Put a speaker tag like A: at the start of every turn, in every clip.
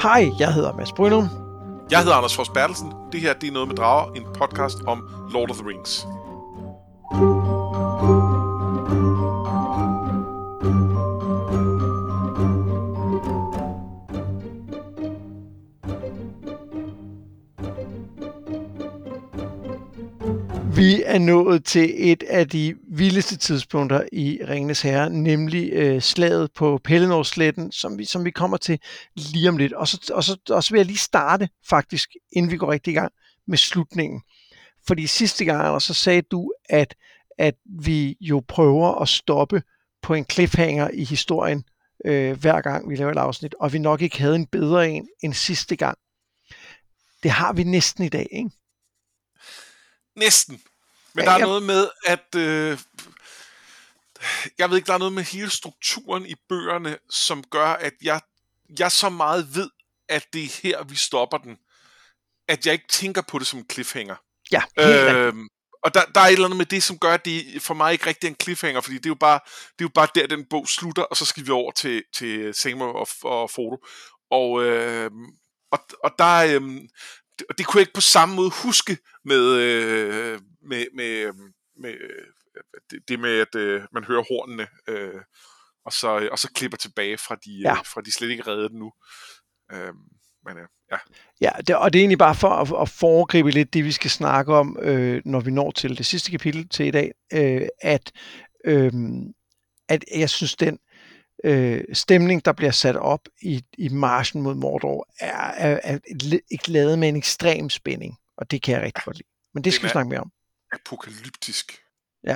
A: Hej, jeg hedder Mads Brynum.
B: Jeg hedder Anders Fors Bertelsen. Det her, det er Noget med Drager, en podcast om Lord of the Rings.
A: Vi er nået til et af de vildeste tidspunkter i Ringenes Herre, nemlig slaget på Pelennor-sletten, som vi kommer til lige om lidt. Og så vil jeg lige starte faktisk, inden vi går rigtig i gang med slutningen. Fordi sidste gang, så sagde du, at vi jo prøver at stoppe på en cliffhanger i historien, hver gang vi laver et afsnit, og vi nok ikke havde en bedre end sidste gang. Det har vi næsten i dag, ikke?
B: Næsten. Men der er noget med, at jeg ved ikke, der er noget med hele strukturen i bøgerne, som gør, at jeg så meget ved, at det er her, vi stopper den, at jeg ikke tænker på det som en cliffhanger.
A: Ja, helt
B: og der er et eller andet med det, som gør, at det for mig ikke rigtig er en cliffhanger, fordi det er jo bare der, den bog slutter, og så skal vi over til Samuel og Frodo. Og der... Og det kunne jeg ikke på samme måde huske med det med, at man hører hornene, og så klipper tilbage fra de slet ikke reddet nu.
A: Og det er egentlig bare for at foregribe lidt det, vi skal snakke om, når vi når til det sidste kapitel til i dag, at jeg synes, den stemning, der bliver sat op i marchen mod Mordor, er ikke lavet med en ekstrem spænding, og det kan jeg rigtig godt lide. Men det skal vi snakke mere om.
B: Apokalyptisk.
A: Ja,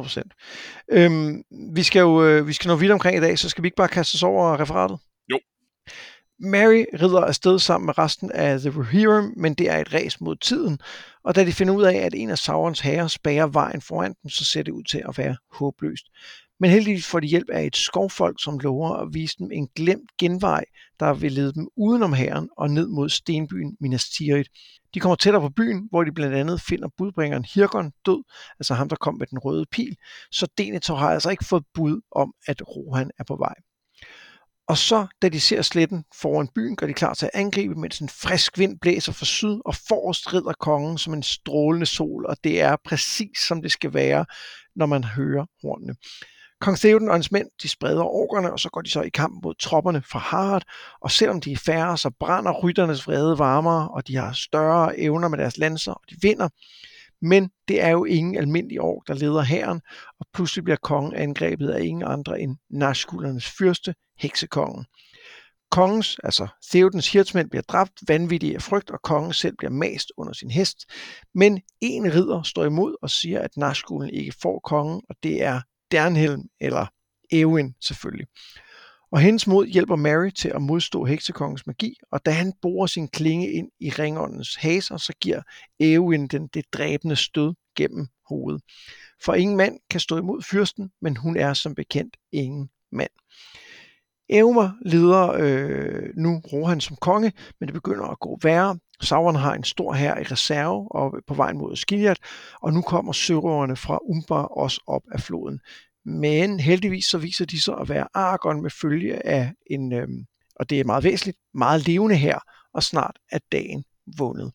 A: 100%. Vi skal nå vidt omkring i dag, så skal vi ikke bare kaste os over referatet?
B: Jo.
A: Merry rider afsted sammen med resten af The Rohirrim, men det er et ræs mod tiden, og da de finder ud af, at en af Saurons hære spærrer vejen foran dem, så ser det ud til at være håbløst. Men heldigvis får de hjælp af et skovfolk, som lover at vise dem en glemt genvej, der vil lede dem udenom hæren og ned mod stenbyen Minas Tirith. De kommer tættere på byen, hvor de blandt andet finder budbringeren Hirgon død, altså ham, der kom med den røde pil, så Denethor har altså ikke fået bud om, at Rohan er på vej. Og så, da de ser sletten foran byen, går de klar til at angribe, mens en frisk vind blæser fra syd, og forrest rider kongen som en strålende sol, og det er præcis som det skal være, når man hører hornene. Kong Theoden og hans mænd, de spreder orkerne, og så går de så i kamp mod tropperne fra Harad, og selvom de er færre, så brænder rytternes vrede varmere, og de har større evner med deres lanser, og de vinder. Men det er jo ingen almindelig ork, der leder hæren, og pludselig bliver kongen angrebet af ingen andre end Nazgulernes fyrste, heksekongen. Kongens, altså Theodens hirdsmænd, bliver dræbt vanvittigt af frygt, og kongen selv bliver mast under sin hest. Men en ridder står imod og siger, at Nazgulen ikke får kongen, og det er Dernhelm, eller Éowyn selvfølgelig. Og hendes mod hjælper Merry til at modstå heksekongens magi, og da han borer sin klinge ind i ringåndens haser, så giver Éowyn den det dræbende stød gennem hovedet. For ingen mand kan stå imod fyrsten, men hun er som bekendt ingen mand. Éomer leder nu Rohan som konge, men det begynder at gå værre. Sauron har en stor hær i reserve og på vej mod Skilliat, og nu kommer sørøverne fra Umbar også op af floden. Men heldigvis så viser de sig at være Aragorn med følge af en, og det er meget væsentligt, meget levende hær, og snart er dagen vundet.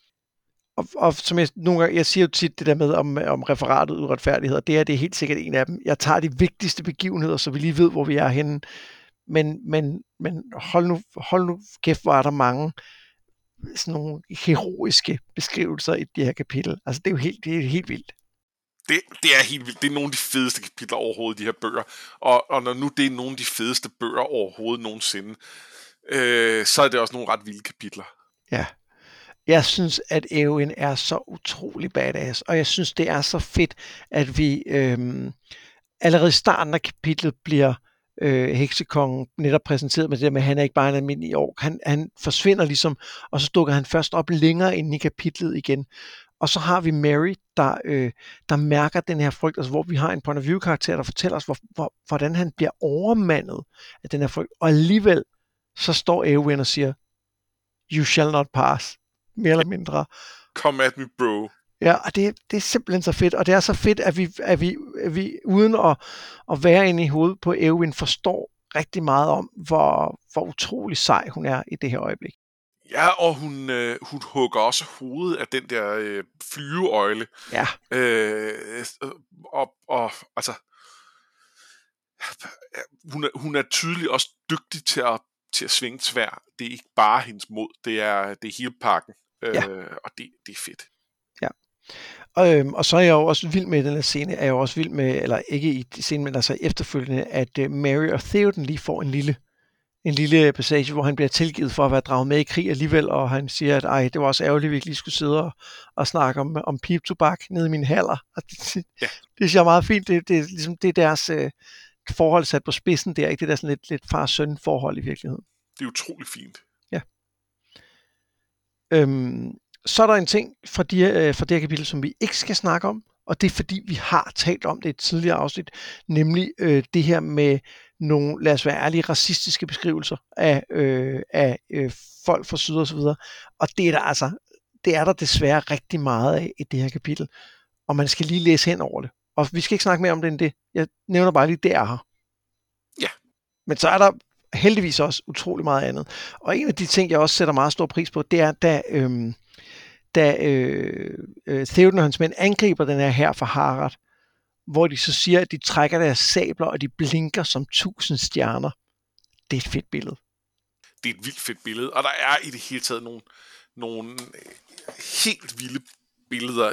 A: Og som jeg siger jo tit det der med om referatet uretfærdighed, og det er helt sikkert en af dem. Jeg tager de vigtigste begivenheder, så vi lige ved, hvor vi er henne. Men hold nu kæft, hvor er der mange sådan nogle heroiske beskrivelser i det her kapitel. Altså det er helt vildt.
B: Det er helt vildt. Det er nogle af de fedeste kapitler overhovedet i de her bøger. Og når nu det er nogle af de fedeste bøger overhovedet nogensinde, så er det også nogle ret vilde kapitler.
A: Ja. Jeg synes, at Éowyn er så utrolig badass, og jeg synes, det er så fedt, at vi allerede i starten af kapitlet bliver heksekongen netop præsenteret med det der med, at han er ikke bare en almindelig ork. Han forsvinder ligesom, og så dukker han først op længere ind i kapitlet igen. Og så har vi Merry, der mærker den her frygt, altså hvor vi har en point of view karakter, der fortæller os, hvordan han bliver overmandet af den her frygt. Og alligevel, så står Éowyn og siger, you shall not pass. Mere eller mindre.
B: Come at me, bro.
A: Ja, og det er simpelthen så fedt. Og det er så fedt, at vi uden at være inde i hovedet på Éowyn, forstår rigtig meget om, hvor utrolig sej hun er i det her øjeblik.
B: Ja, og hun hugger også hovedet af den der flyveøgle.
A: Ja.
B: Og altså, hun er tydeligt også dygtig til at svinge svær. Det er ikke bare hendes mod, det er hele pakken. Og det er fedt.
A: Ja. Og så er jeg jo også vild med den her scene, eller ikke i scenen, men altså efterfølgende, at Mary og Theoden lige får en lille passage, hvor han bliver tilgivet for at være draget med i krig alligevel, og han siger, at det var også ærgerligt, at vi ikke lige skulle sidde og snakke om piptobak nede i mine haller. Og det synes jeg er meget fint. Det er ligesom det er deres forhold sat på spidsen der, ikke? Det der sådan lidt far-søn forhold i virkeligheden.
B: Det er utrolig fint.
A: Ja. Så er der en ting fra det her kapitel, som vi ikke skal snakke om, og det er fordi, vi har talt om det i et tidligere afsnit, nemlig det her med nogle, lad os være ærlige, racistiske beskrivelser af folk fra syd og så videre. Og det er der desværre rigtig meget af i det her kapitel, og man skal lige læse hen over det. Og vi skal ikke snakke mere om det end det. Jeg nævner bare lige, det er her.
B: Ja. Men
A: så er der heldigvis også utrolig meget andet. Og en af de ting, jeg også sætter meget stor pris på, det er, da Theoden og hans mænd angriber den her hær for Harald, hvor de så siger, at de trækker deres sabler, og de blinker som 1000 stjerner. Det er et fedt billede.
B: Det er et vildt fedt billede, og der er i det hele taget nogle helt vilde billeder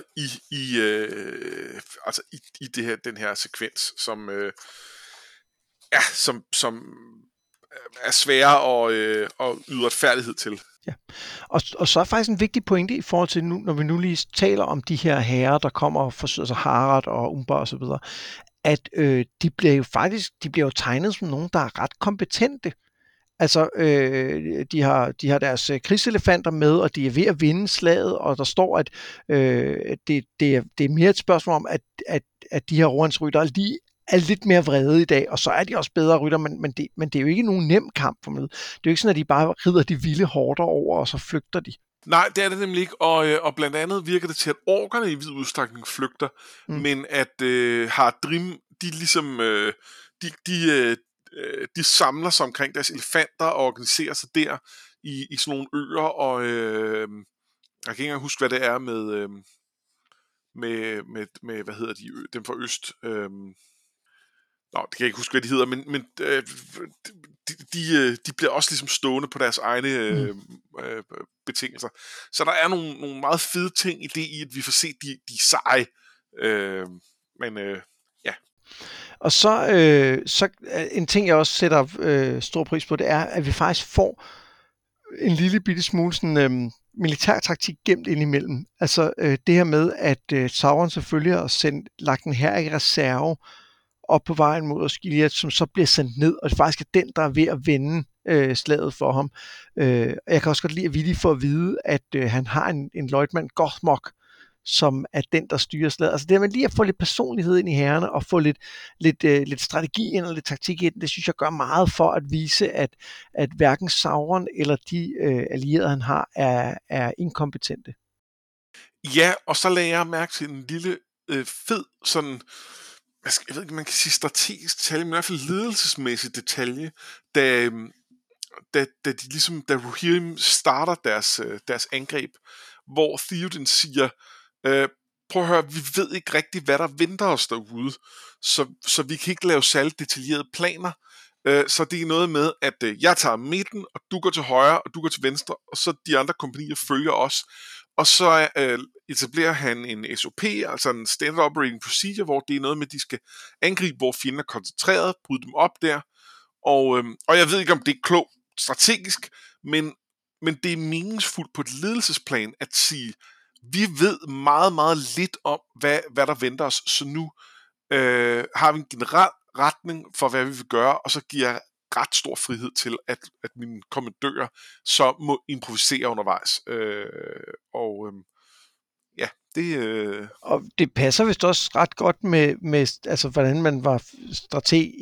B: i det her, den her sekvens, som er svære at yde retfærdighed til.
A: Ja. Og så er faktisk en vigtig pointe i forhold til nu, når vi nu lige taler om de her herrer, der kommer fra altså Harald og Umbar og så videre, at de bliver jo tegnet som nogen, der er ret kompetente. Altså, de har deres krigselefanter med, og de er ved at vinde slaget, og der står, at det er mere et spørgsmål om, at de her rohansryttere lige er lidt mere vrede i dag, og så er de også bedre rytter, men det er jo ikke nogen nem kamp for dem. Det er jo ikke sådan, at de bare rider de vilde horder over, og så flygter de.
B: Nej, det er det nemlig ikke, og blandt andet virker det til, at orkerne i vid udstrækning flygter, men at Haradrim, de ligesom, de samler sig omkring deres elefanter og organiserer sig der i sådan nogle øer, og jeg kan ikke engang huske, hvad det er med hvad hedder de, dem fra øst. Det kan jeg ikke huske, hvad de hedder, men de bliver også ligesom stående på deres egne betingelser. Så der er nogle meget fede ting i det, i at vi får set de seje. Ja.
A: Og så en ting, jeg også sætter stor pris på, det er, at vi faktisk får en lille bitte smule sådan, militærtaktik gemt ind imellem. Altså det her med, at Sauron selvfølgelig har lagt den her i reserve op på vejen mod Osgiliath, som så bliver sendt ned, og det faktisk er den, der er ved at vinde slaget for ham. Jeg kan også godt lide, at vi lige får at vide, at han har en løjtnant Gothmog, som er den, der styrer slaget. Altså det med lige at få lidt personlighed ind i herrerne, og få lidt strategi ind, og lidt taktik ind, det synes jeg gør meget for at vise, at hverken Sauron eller de allierede, han har, er inkompetente.
B: Ja, og så lagde jeg mærke til en lille fed sådan, jeg ved ikke, man kan sige strategisk detalje, men i hvert fald ledelsesmæssig detalje, da Rohirrim starter deres angreb, hvor Theoden siger, prøv at høre, vi ved ikke rigtigt, hvad der venter os derude, så vi kan ikke lave særligt detaljerede planer, så det er noget med, at jeg tager midten, og du går til højre, og du går til venstre, og så de andre kompagnier følger os, og så etablerer han en SOP, altså en Standard Operating Procedure, hvor det er noget med, at de skal angribe, hvor fjenden er koncentreret, bryde dem op der, og jeg ved ikke, om det er klogt strategisk, men det er meningsfuldt på et ledelsesplan at sige, vi ved meget, meget lidt om, hvad der venter os, så nu har vi en generel retning for, hvad vi vil gøre, og så giver jeg ret stor frihed til, at mine kommandører så må improvisere undervejs. Ja, det...
A: Og det passer vist også ret godt med altså, hvordan man var strateg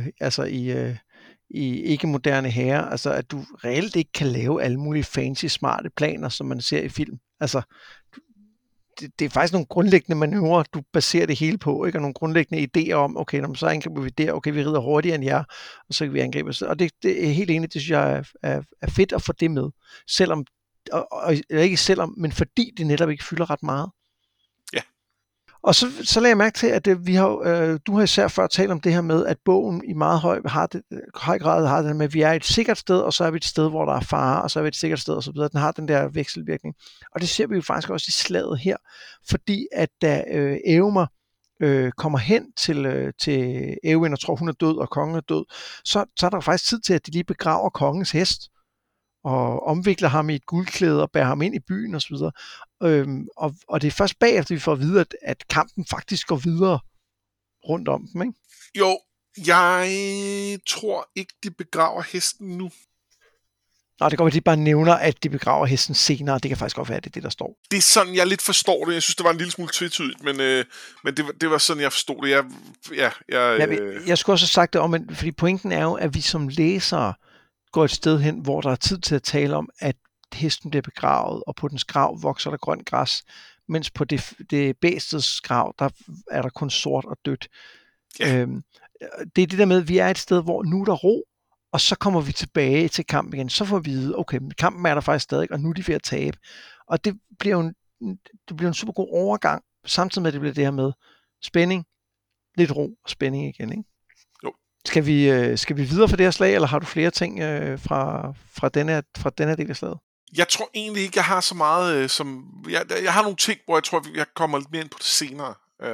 A: i ikke-moderne hære, altså at du reelt ikke kan lave alle mulige fancy, smarte planer, som man ser i film. Altså, det er faktisk nogle grundlæggende manøvrer, du baserer det hele på, ikke? Og nogle grundlæggende idéer om, okay, så angriber vi der, okay, vi rider hurtigere end jer, og så kan vi angribe os. Og det er helt enig, det synes jeg er fedt at få det med, selvom, eller ikke selvom, men fordi det netop ikke fylder ret meget.
B: Ja.
A: Og så lagde jeg mærke til, at du har især før talt om det her med, at bogen i meget høj grad har det med, at vi er et sikkert sted, og så er vi et sted, hvor der er fare, og så er vi et sikkert sted, og så videre. Den har den der vekselvirkning. Og det ser vi jo faktisk også i slaget her, fordi at da Eomer kommer hen til Éowyn og tror, hun er død, og kongen er død, så er der faktisk tid til, at de lige begraver kongens hest, og omvikler ham i et guldklæde og bærer ham ind i byen osv. Og det er først bagefter, vi får at vide, at kampen faktisk går videre rundt om dem, ikke?
B: Jo, jeg tror ikke, de begraver hesten nu.
A: Nå, det går, at de bare nævner, at de begraver hesten senere. Det kan faktisk godt være, det er det, der står.
B: Det er sådan, jeg lidt forstår det. Jeg synes, det var en lille smule tvetydigt, men det var sådan, jeg forstod det.
A: Jeg skulle også have sagt det om, fordi pointen er jo, at vi som læsere går et sted hen, hvor der er tid til at tale om, at hesten bliver begravet, og på dens grav vokser der grønt græs, mens på det bæstets grav, der er der kun sort og dødt. Ja. Det er det der med, at vi er et sted, hvor nu er der ro, og så kommer vi tilbage til kampen igen. Så får vi vide, okay, kampen er der faktisk stadig, og nu er de ved at tabe. Og det bliver en super god overgang, samtidig med, at det bliver det her med spænding, lidt ro og spænding igen, ikke?
B: Jo. Skal
A: vi videre for det her slag, eller har du flere ting fra denne del af slaget?
B: Jeg tror egentlig ikke, jeg har så meget som... Jeg har nogle ting, hvor jeg tror, jeg kommer lidt mere ind på det senere.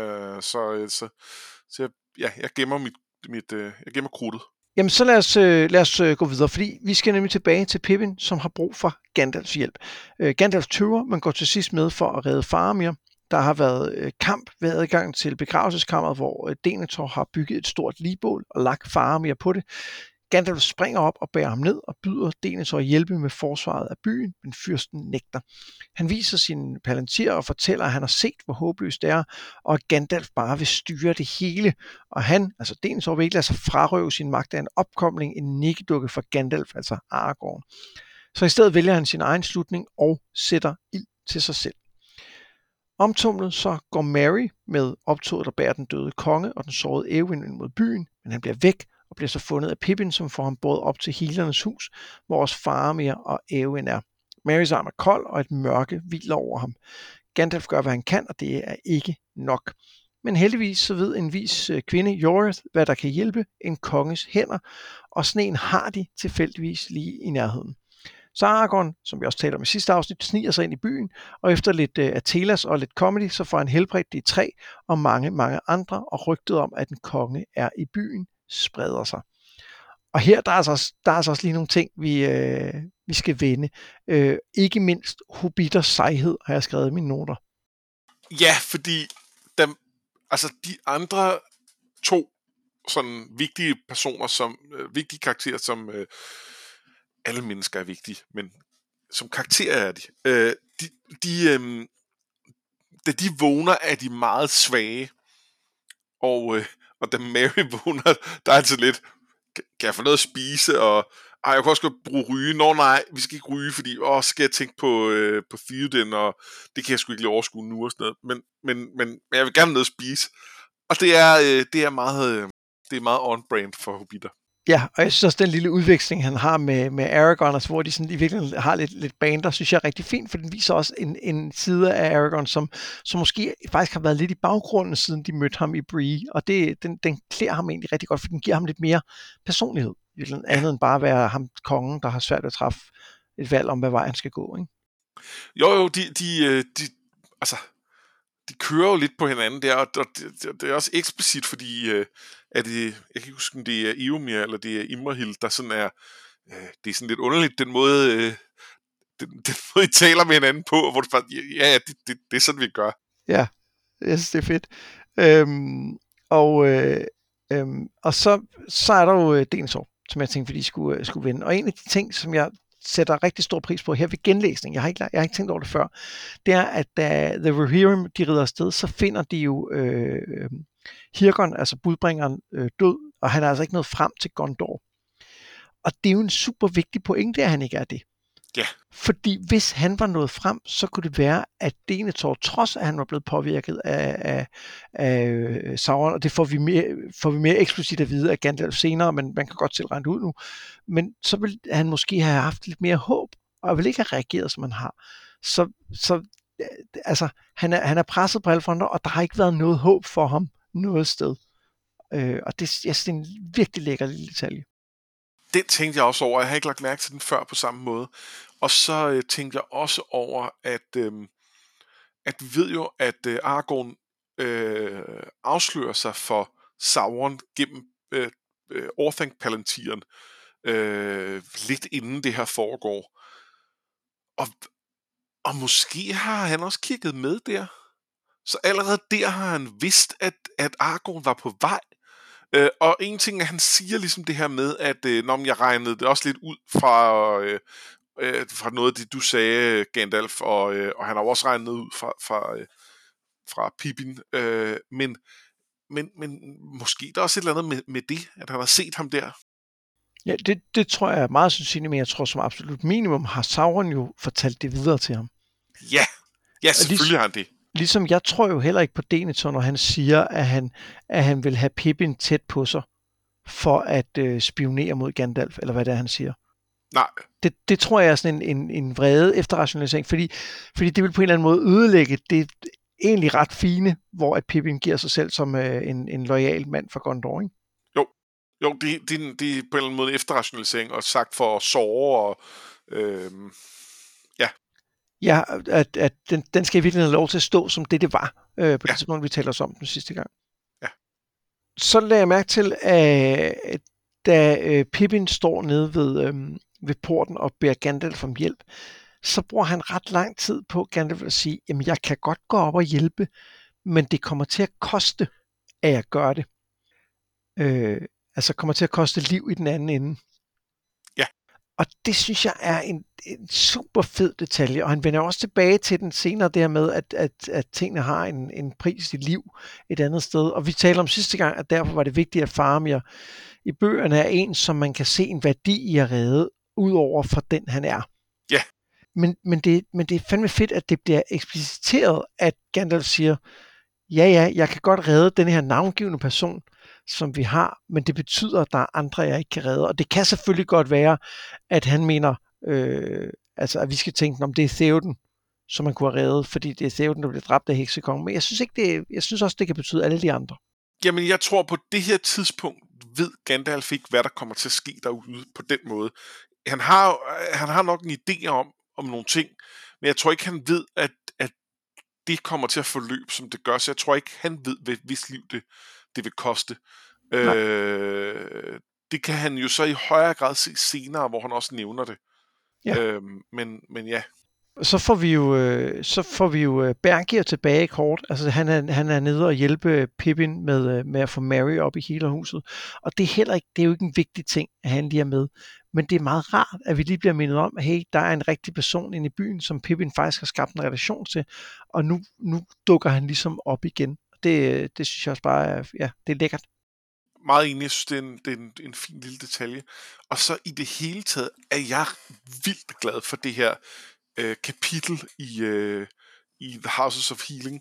B: Jeg gemmer jeg gemmer krudtet.
A: Jamen, så lad os gå videre, fordi vi skal nemlig tilbage til Pippin, som har brug for Gandalfs hjælp. Gandalf tøver, men går til sidst med for at redde Faramir. Der har været kamp ved adgang til begravelseskammeret, hvor Denethor har bygget et stort ligbål og lagt Faramir på det. Gandalf springer op og bærer ham ned og byder Denethor at hjælpe med forsvaret af byen, men fyrsten nægter. Han viser sin palantir og fortæller, at han har set, hvor håbløst det er, og at Gandalf bare vil styre det hele. Og altså Denethor vil ikke lade sig frarøve sin magt af en opkomling, en nikkedukke for Gandalf, altså Aragorn. Så i stedet vælger han sin egen slutning og sætter ild til sig selv. Omtumlet så går Merry med optoget, der bærer den døde konge og den sårede Éowyn ind mod byen, men han bliver væk og bliver så fundet af Pippin, som får ham båret op til Healernes hus, hvor også Faramir og Éowyn er. Merrys arm er kold, og et mørke hviler over ham. Gandalf gør, hvad han kan, og det er ikke nok. Men heldigvis så ved en vis kvinde, Yoreth, hvad der kan hjælpe en konges hænder, og sneen har de tilfældigvis lige i nærheden. Så Aragorn, som vi også talte om i sidste afsnit, sniger sig ind i byen, og efter lidt Atelas og lidt comedy, så får han helbredt de tre og mange, mange andre, og rygtet om, at en konge er i byen, spreder sig. Og her der er altså også lige nogle ting, vi skal vende. Ikke mindst hobitters sejhed, har jeg skrevet i mine noter.
B: Ja, fordi de andre to sådan vigtige personer, som vigtige karakterer, som alle mennesker er vigtige, men som karakterer er de. Da de vågner, er de meget svage. Og da Merry vågner, der er altså lidt, kan jeg få noget at spise, og jeg kan også godt bruge ryge. Nej, vi skal ikke ryge, fordi skal jeg tænke på Theoden, og det kan jeg sgu ikke lige overskue nu og sådan noget. Men jeg vil gerne have noget at spise. Og det er meget on-brand for hobitter.
A: Ja, og jeg synes også, den lille udveksling, han har med Aragorn, altså, hvor de sådan i virkeligheden har lidt bander, synes jeg er rigtig fint, for den viser også en side af Aragorn, som måske faktisk har været lidt i baggrunden, siden de mødte ham i Bree, og den klæder ham egentlig rigtig godt, for den giver ham lidt mere personlighed, andet end bare at være ham kongen, der har svært ved at træffe et valg om, hvad vej han skal gå, ikke?
B: Jo, de kører jo lidt på hinanden der, og det er også eksplicit, fordi jeg kan ikke huske, om det er Eomer eller det er Imrahil, der sådan er, det er sådan lidt underligt, den måde, I taler med hinanden på, hvor det bare, det er sådan, vi gør.
A: Ja, jeg synes, det er fedt. Og så er der jo Denethor, som jeg tænkte, fordi de skulle vinde. Og en af de ting, som jeg sætter rigtig stor pris på her ved genlæsning, jeg har ikke tænkt over det før, det er, at da The Rohirrim, de rider afsted, så finder de jo Hirgon, altså budbringeren, død, og han er altså ikke nået frem til Gondor. Og det er jo en super vigtig pointe, at han ikke er det.
B: Ja.
A: Fordi hvis han var nået frem, så kunne det være, at Denethor, trods at han var blevet påvirket af Sauron, og det får vi mere eksplicit at vide af Gandalf senere, men man kan godt selv regne det ud nu, men så vil han måske have haft lidt mere håb, og vil ikke have reageret, som han har. Så altså, han er presset på alle fronter, og der har ikke været noget håb for ham noget sted. Og jeg synes, det er en virkelig lækker lille detalje.
B: Den tænkte jeg også over. Jeg har ikke lagt mærke til den før på samme måde. Og så tænkte jeg også over, at vi ved jo, at Aragorn afslører sig for Sauron gennem Orthanc-palantiren lidt inden det her foregår. Og måske har han også kigget med der. Så allerede der har han vidst, at Aragorn var på vej. Og en ting er, han siger ligesom det her med, at når jeg regnede det også lidt ud fra noget af det, du sagde, Gandalf, og han har også regnet ud fra Pippin. Men måske der er også et eller andet med det, at han har set ham der.
A: Ja, det tror jeg er meget sandsynligt, men jeg tror som absolut minimum har Sauron jo fortalt det videre til ham.
B: Ja, selvfølgelig har han det.
A: Ligesom jeg tror jo heller ikke på Denethor, når han siger, at han vil have Pippin tæt på sig, for at spionere mod Gandalf, eller hvad det er, han siger.
B: Nej.
A: Det tror jeg er sådan en vrede efterrationalisering, fordi det vil på en eller anden måde ødelægge det egentlig ret fine, hvor at Pippin giver sig selv som en loyal mand for Gondor, ikke?
B: Jo, det er på en eller anden måde efterrationalisering, og sagt for at såre, og ja.
A: Ja, at den skal i virkeligheden have lov til at stå som det var, på det tidspunkt, vi talte os om den sidste gang.
B: Ja.
A: Så lagde jeg mærke til, at da Pippin står nede ved porten og beder Gandalf om hjælp, så bruger han ret lang tid på Gandalf at sige, jamen jeg kan godt gå op og hjælpe, men det kommer til at koste, at jeg gør det. Altså kommer til at koste liv i den anden ende.
B: Ja.
A: Og det synes jeg er en super fed detalje, og han vender også tilbage til den senere der med, at tingene har en pris i liv et andet sted. Og vi talte om sidste gang, at derfor var det vigtigt, at Faramir i bøgerne er en, som man kan se en værdi i at redde, udover for den han er.
B: Ja.
A: Men det er fandme fedt, at det bliver ekspliciteret, at Gandalf siger, ja, jeg kan godt redde den her navngivende person, som vi har, men det betyder, at der er andre, jeg ikke kan redde. Og det kan selvfølgelig godt være, at han mener, altså at vi skal tænke, om det er Theoden, som man kunne have reddet, fordi det er Theoden, der bliver dræbt af heksekongen. Men jeg synes også, det kan betyde alle de andre.
B: Jamen, jeg tror på det her tidspunkt ved Gandalf ikke, hvad der kommer til at ske derude på den måde. Han har nok en idé om nogle ting, men jeg tror ikke, han ved, at det kommer til at forløbe, som det gør. Så jeg tror ikke, han ved, hvis liv det vil koste. Det kan han jo så i højere grad se senere, hvor han også nævner det.
A: Ja.
B: Men ja.
A: Så får vi jo Bergier tilbage kort. Altså han er nede og hjælpe Pippin med at få Merry op i Healerhuset. Og det er jo ikke en vigtig ting, at han lige er med. Men det er meget rart, at vi lige bliver mindet om, at hey, der er en rigtig person inde i byen, som Pippin faktisk har skabt en relation til. Og nu dukker han ligesom op igen. Det synes jeg også bare det er lækkert.
B: Meget enig, jeg synes, det er en fin lille detalje. Og så i det hele taget er jeg vildt glad for det her kapitel i The Houses of Healing.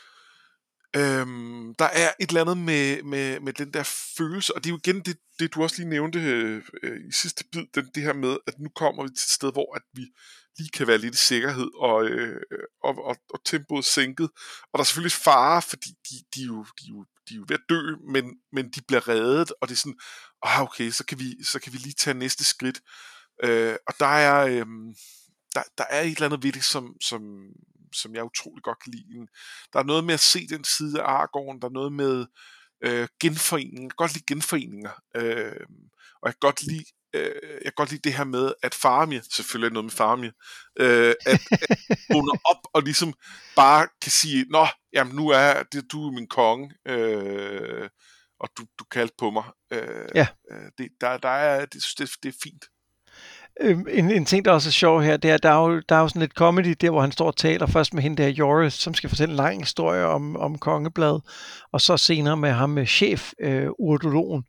B: Der er et eller andet med den der følelse, og det er jo igen det du også lige nævnte i sidste bid, det her med, at nu kommer vi til et sted, hvor at vi lige kan være lidt i sikkerhed, og tempoet sænket, og der er selvfølgelig fare, fordi de er jo ved at dø, men de bliver reddet, og det er sådan, okay, så kan vi lige tage næste skridt, og der er et eller andet ved det, som jeg utrolig godt kan lide. Der er noget med at se den side af Aragorn, der er noget med genforening. Jeg kan godt lide genforeninger, og jeg kan godt lide det her med, at Faramir, selvfølgelig er noget med Faramir, at vågner op og ligesom bare kan sige, nå, jamen nu er det, du er min konge, og du kaldte på mig. Det er fint.
A: En ting, der også er sjov her, det er, der er jo sådan lidt comedy, der hvor han står og taler først med hende der Joris, som skal fortælle en lang historie om kongebladet, og så senere med ham med chef, urologen,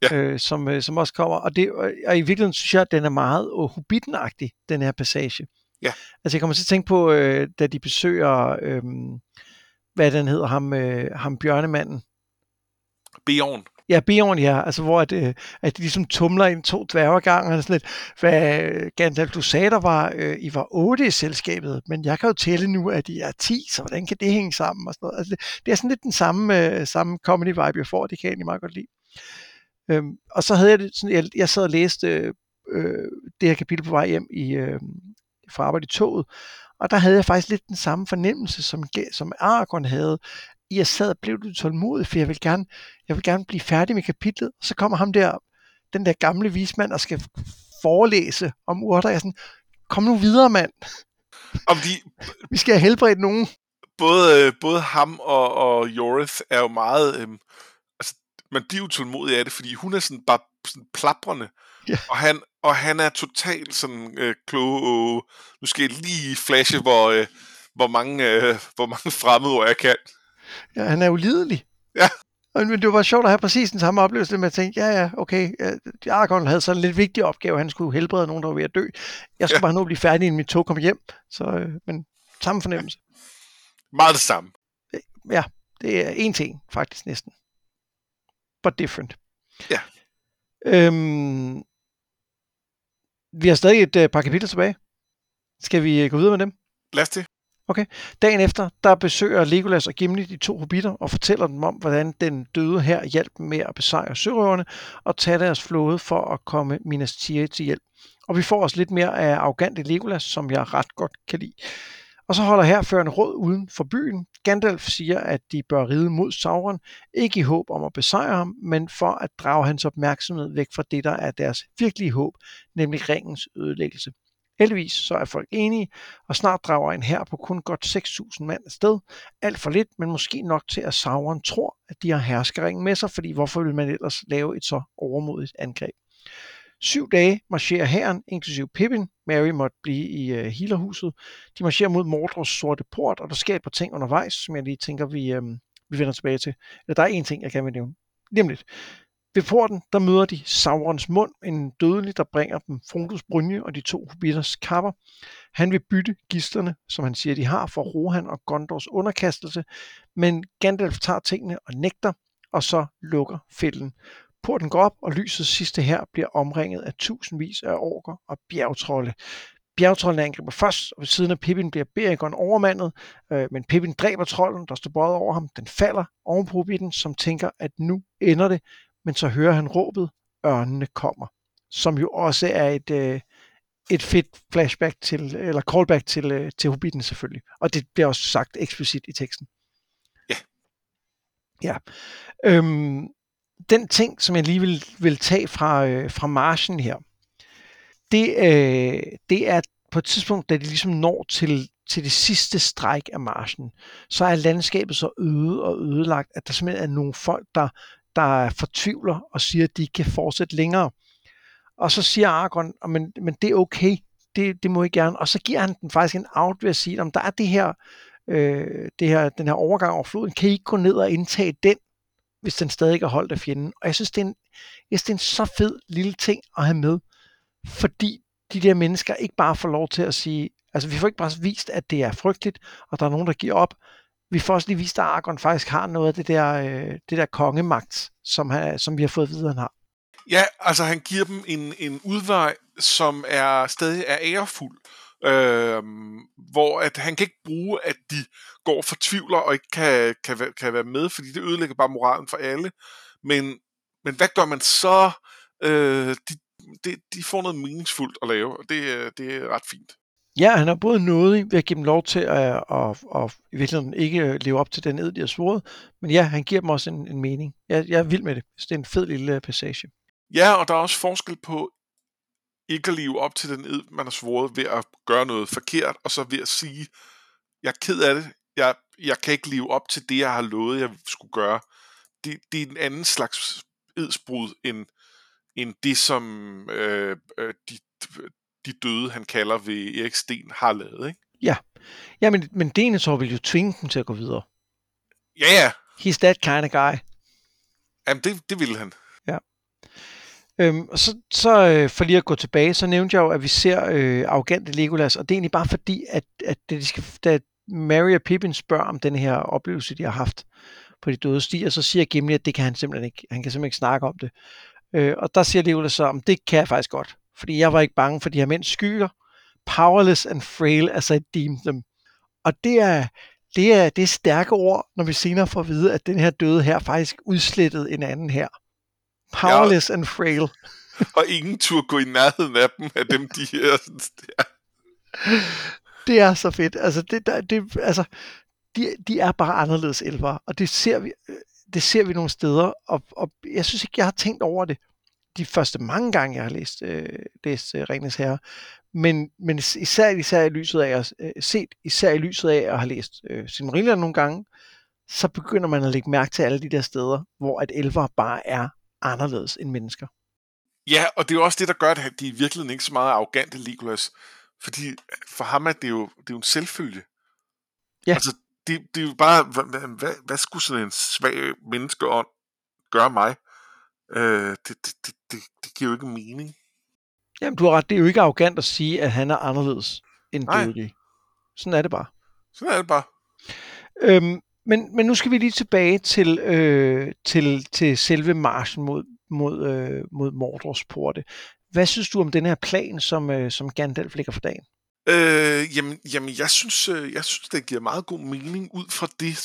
A: som også kommer. Og i virkeligheden synes jeg, at den er meget Hobbiten-agtig, den her passage.
B: Ja.
A: Altså jeg kommer til at tænke på, da de besøger, hvad den hedder, ham bjørnemanden.
B: Beorn.
A: Ja, Beorn, ja. Altså hvor at de ligesom tumler ind 2 dværge gange, og sådan lidt, hvad Gandalf, du sagde, der var, I var 8 i selskabet, men jeg kan jo tælle nu, at I er 10, så hvordan kan det hænge sammen? Og sådan noget. Altså, det er sådan lidt den samme comedy-vibe, jeg får, det kan jeg egentlig meget godt lide. Og så havde jeg det sådan, jeg sad og læste det her kapitel på vej hjem fra arbejde i toget, og der havde jeg faktisk lidt den samme fornemmelse, som Aragorn havde. Jeg sad og blev lidt tålmodig, for jeg vil gerne blive færdig med kapitlet, og så kommer ham der, den der gamle vismand, og skal forelæse om urter. Jeg er sådan, kom nu videre, mand. Vi skal have helbredt nogen.
B: Både ham og Yorith er jo meget... man bliver jo tålmodig af det, fordi hun er sådan bare sådan plaprende. Ja. Og han er totalt sådan klog. Nu skal jeg lige flashe, hvor mange fremmedord jeg kan.
A: Ja, han er ulidelig.
B: Ja.
A: Men det var bare sjovt at have præcis den samme oplevelse, med at tænke, ja, okay, Aragorn havde sådan en lidt vigtig opgave, han skulle helbrede nogen, der var ved at dø. Jeg skulle bare nå at blive færdig, inden mit tog kom hjem. Så, men samme fornemmelse.
B: Meget det samme.
A: Ja, det er en ting, faktisk næsten. But different.
B: Ja.
A: Vi har stadig et par kapitler tilbage. Skal vi gå videre med dem?
B: Lad os det.
A: Okay. Dagen efter, der besøger Legolas og Gimli de 2 hobitter og fortæller dem om, hvordan den døde her hjalp dem med at besejre sørøverne og tage deres flåde for at komme Minas Tirith til hjælp. Og vi får også lidt mere af arrogante Legolas, som jeg ret godt kan lide. Og så holder hærførende råd uden for byen. Gandalf siger, at de bør ride mod Sauron, ikke i håb om at besejre ham, men for at drage hans opmærksomhed væk fra det, der er deres virkelige håb, nemlig ringens ødelæggelse. Heldigvis så er folk enige, og snart drager en hær på kun godt 6.000 mand afsted. Alt for lidt, men måske nok til, at Sauron tror, at de har herskeringen med sig, fordi hvorfor vil man ellers lave et så overmodigt angreb? 7 dage marcherer hæren, inklusive Pippin. Merry måtte blive i healerhuset. De marcherer mod Mordors sorte port, og der sker et par ting undervejs, som jeg lige tænker, vi vender tilbage til. Eller der er en ting, jeg kan nævne. Nemlig. Ved porten, der møder de Saurons mund, en dødelig, der bringer dem Frodos brynje og de 2 hobitters kapper. Han vil bytte gidslerne, som han siger, de har, for Rohan og Gondors underkastelse, men Gandalf tager tingene og nægter, og så lukker fælden. Porten går op, og lysets sidste her bliver omringet af tusindvis af orker og bjergtrolde. Bjergtrollene angriber først, og ved siden af Pippin bliver Beregond overmandet, men Pippin dræber trolden, der står bøjet over ham. Den falder oven på hobbitten, som tænker, at nu ender det, men så hører han råbet, ørnene kommer, som jo også er et fedt flashback til, eller callback til hobbitten selvfølgelig. Og det bliver også sagt eksplicit i teksten.
B: Ja.
A: Ja. Den ting, som jeg lige vil tage fra marchen her, det er på et tidspunkt, da de ligesom når til det sidste stræk af marchen, så er landskabet så øde og ødelagt, at der simpelthen er nogle folk, der fortvivler og siger, at de ikke kan fortsætte længere. Og så siger Aragorn, men det er okay, det må I gerne. Og så giver han den faktisk en out ved at sige, om der er den her overgang over floden, kan I ikke gå ned og indtage den, hvis den stadig er holdt af fjenden. Og jeg synes, det er en så fed lille ting at have med, fordi de der mennesker ikke bare får lov til at sige, altså vi får ikke bare vist, at det er frygteligt, og der er nogen, der giver op. Vi får også lige vist, at Aragorn faktisk har noget af det der kongemagt, som vi har fået videre, han har.
B: Ja, altså han giver dem en udvej, som stadig er ærefuld, hvor at han kan ikke bruge, at de går og fortvivler og ikke kan være med, fordi det ødelægger bare moralen for alle. Men hvad gør man så? De får noget meningsfuldt at lave, og det er ret fint.
A: Ja, han er både nådig ved at give dem lov til at i virkeligheden ikke leve op til den ed, de har svoret, men ja, han giver dem også en mening. Jeg er vild med det. Så det er en fed lille passage.
B: Ja, og der er også forskel på ikke at leve op til den ed, man har svoret ved at gøre noget forkert, og så ved at sige, jeg er ked af det, jeg kan ikke leve op til det, jeg har lovet, jeg skulle gøre. Det er en anden slags edsbrud, end det, som de døde, han kalder ved Erik Sten, har lavet, ikke?
A: Ja, men Denethor vil jo tvinge dem til at gå videre.
B: Ja.
A: He's that kind of guy.
B: Jamen, det ville han.
A: Ja. Og for lige at gå tilbage, så nævnte jeg jo, at vi ser arrogante Legolas, og det er egentlig bare fordi, at da Merry og Pippin spørger om den her oplevelse, de har haft på de døde stier, så siger Gimli, at det kan han simpelthen ikke. Han kan simpelthen ikke snakke om det. Og der siger Legolas så, om det kan jeg faktisk godt, fordi jeg var ikke bange for de her mænds skyer. Powerless and frail as I deemed them. Og det er stærke ord, når vi senere får at vide, at den her døde her faktisk udslettede en anden her. Powerless and frail.
B: Og ingen turde gå i nærheden af dem, af dem de her.
A: Det er så fedt. Altså, de er bare anderledes elvere, og det ser vi nogle steder, og jeg synes ikke, jeg har tænkt over det de første mange gange, jeg har læst Ringenes Herre, men især i lyset af at have læst Silmarillion nogle gange, så begynder man at lægge mærke til alle de der steder, hvor at elver bare er anderledes end mennesker.
B: Ja, og det er jo også det, der gør, at de i virkeligheden ikke så meget arrogante Legolas. Fordi for ham er det jo en selvfølge.
A: Ja.
B: Altså, det er jo bare, hvad skulle sådan en svag menneskeånd gøre mig? Det giver jo ikke mening.
A: Jamen, du har ret. Det er jo ikke arrogant at sige, at han er anderledes end dødelig. Sådan er det bare.
B: Sådan er det bare.
A: Men nu skal vi lige tilbage til selve marchen mod Mordors porte. Hvad synes du om den her plan, som Gandalf lægger for dagen?
B: Jamen, jeg synes, det giver meget god mening ud fra det,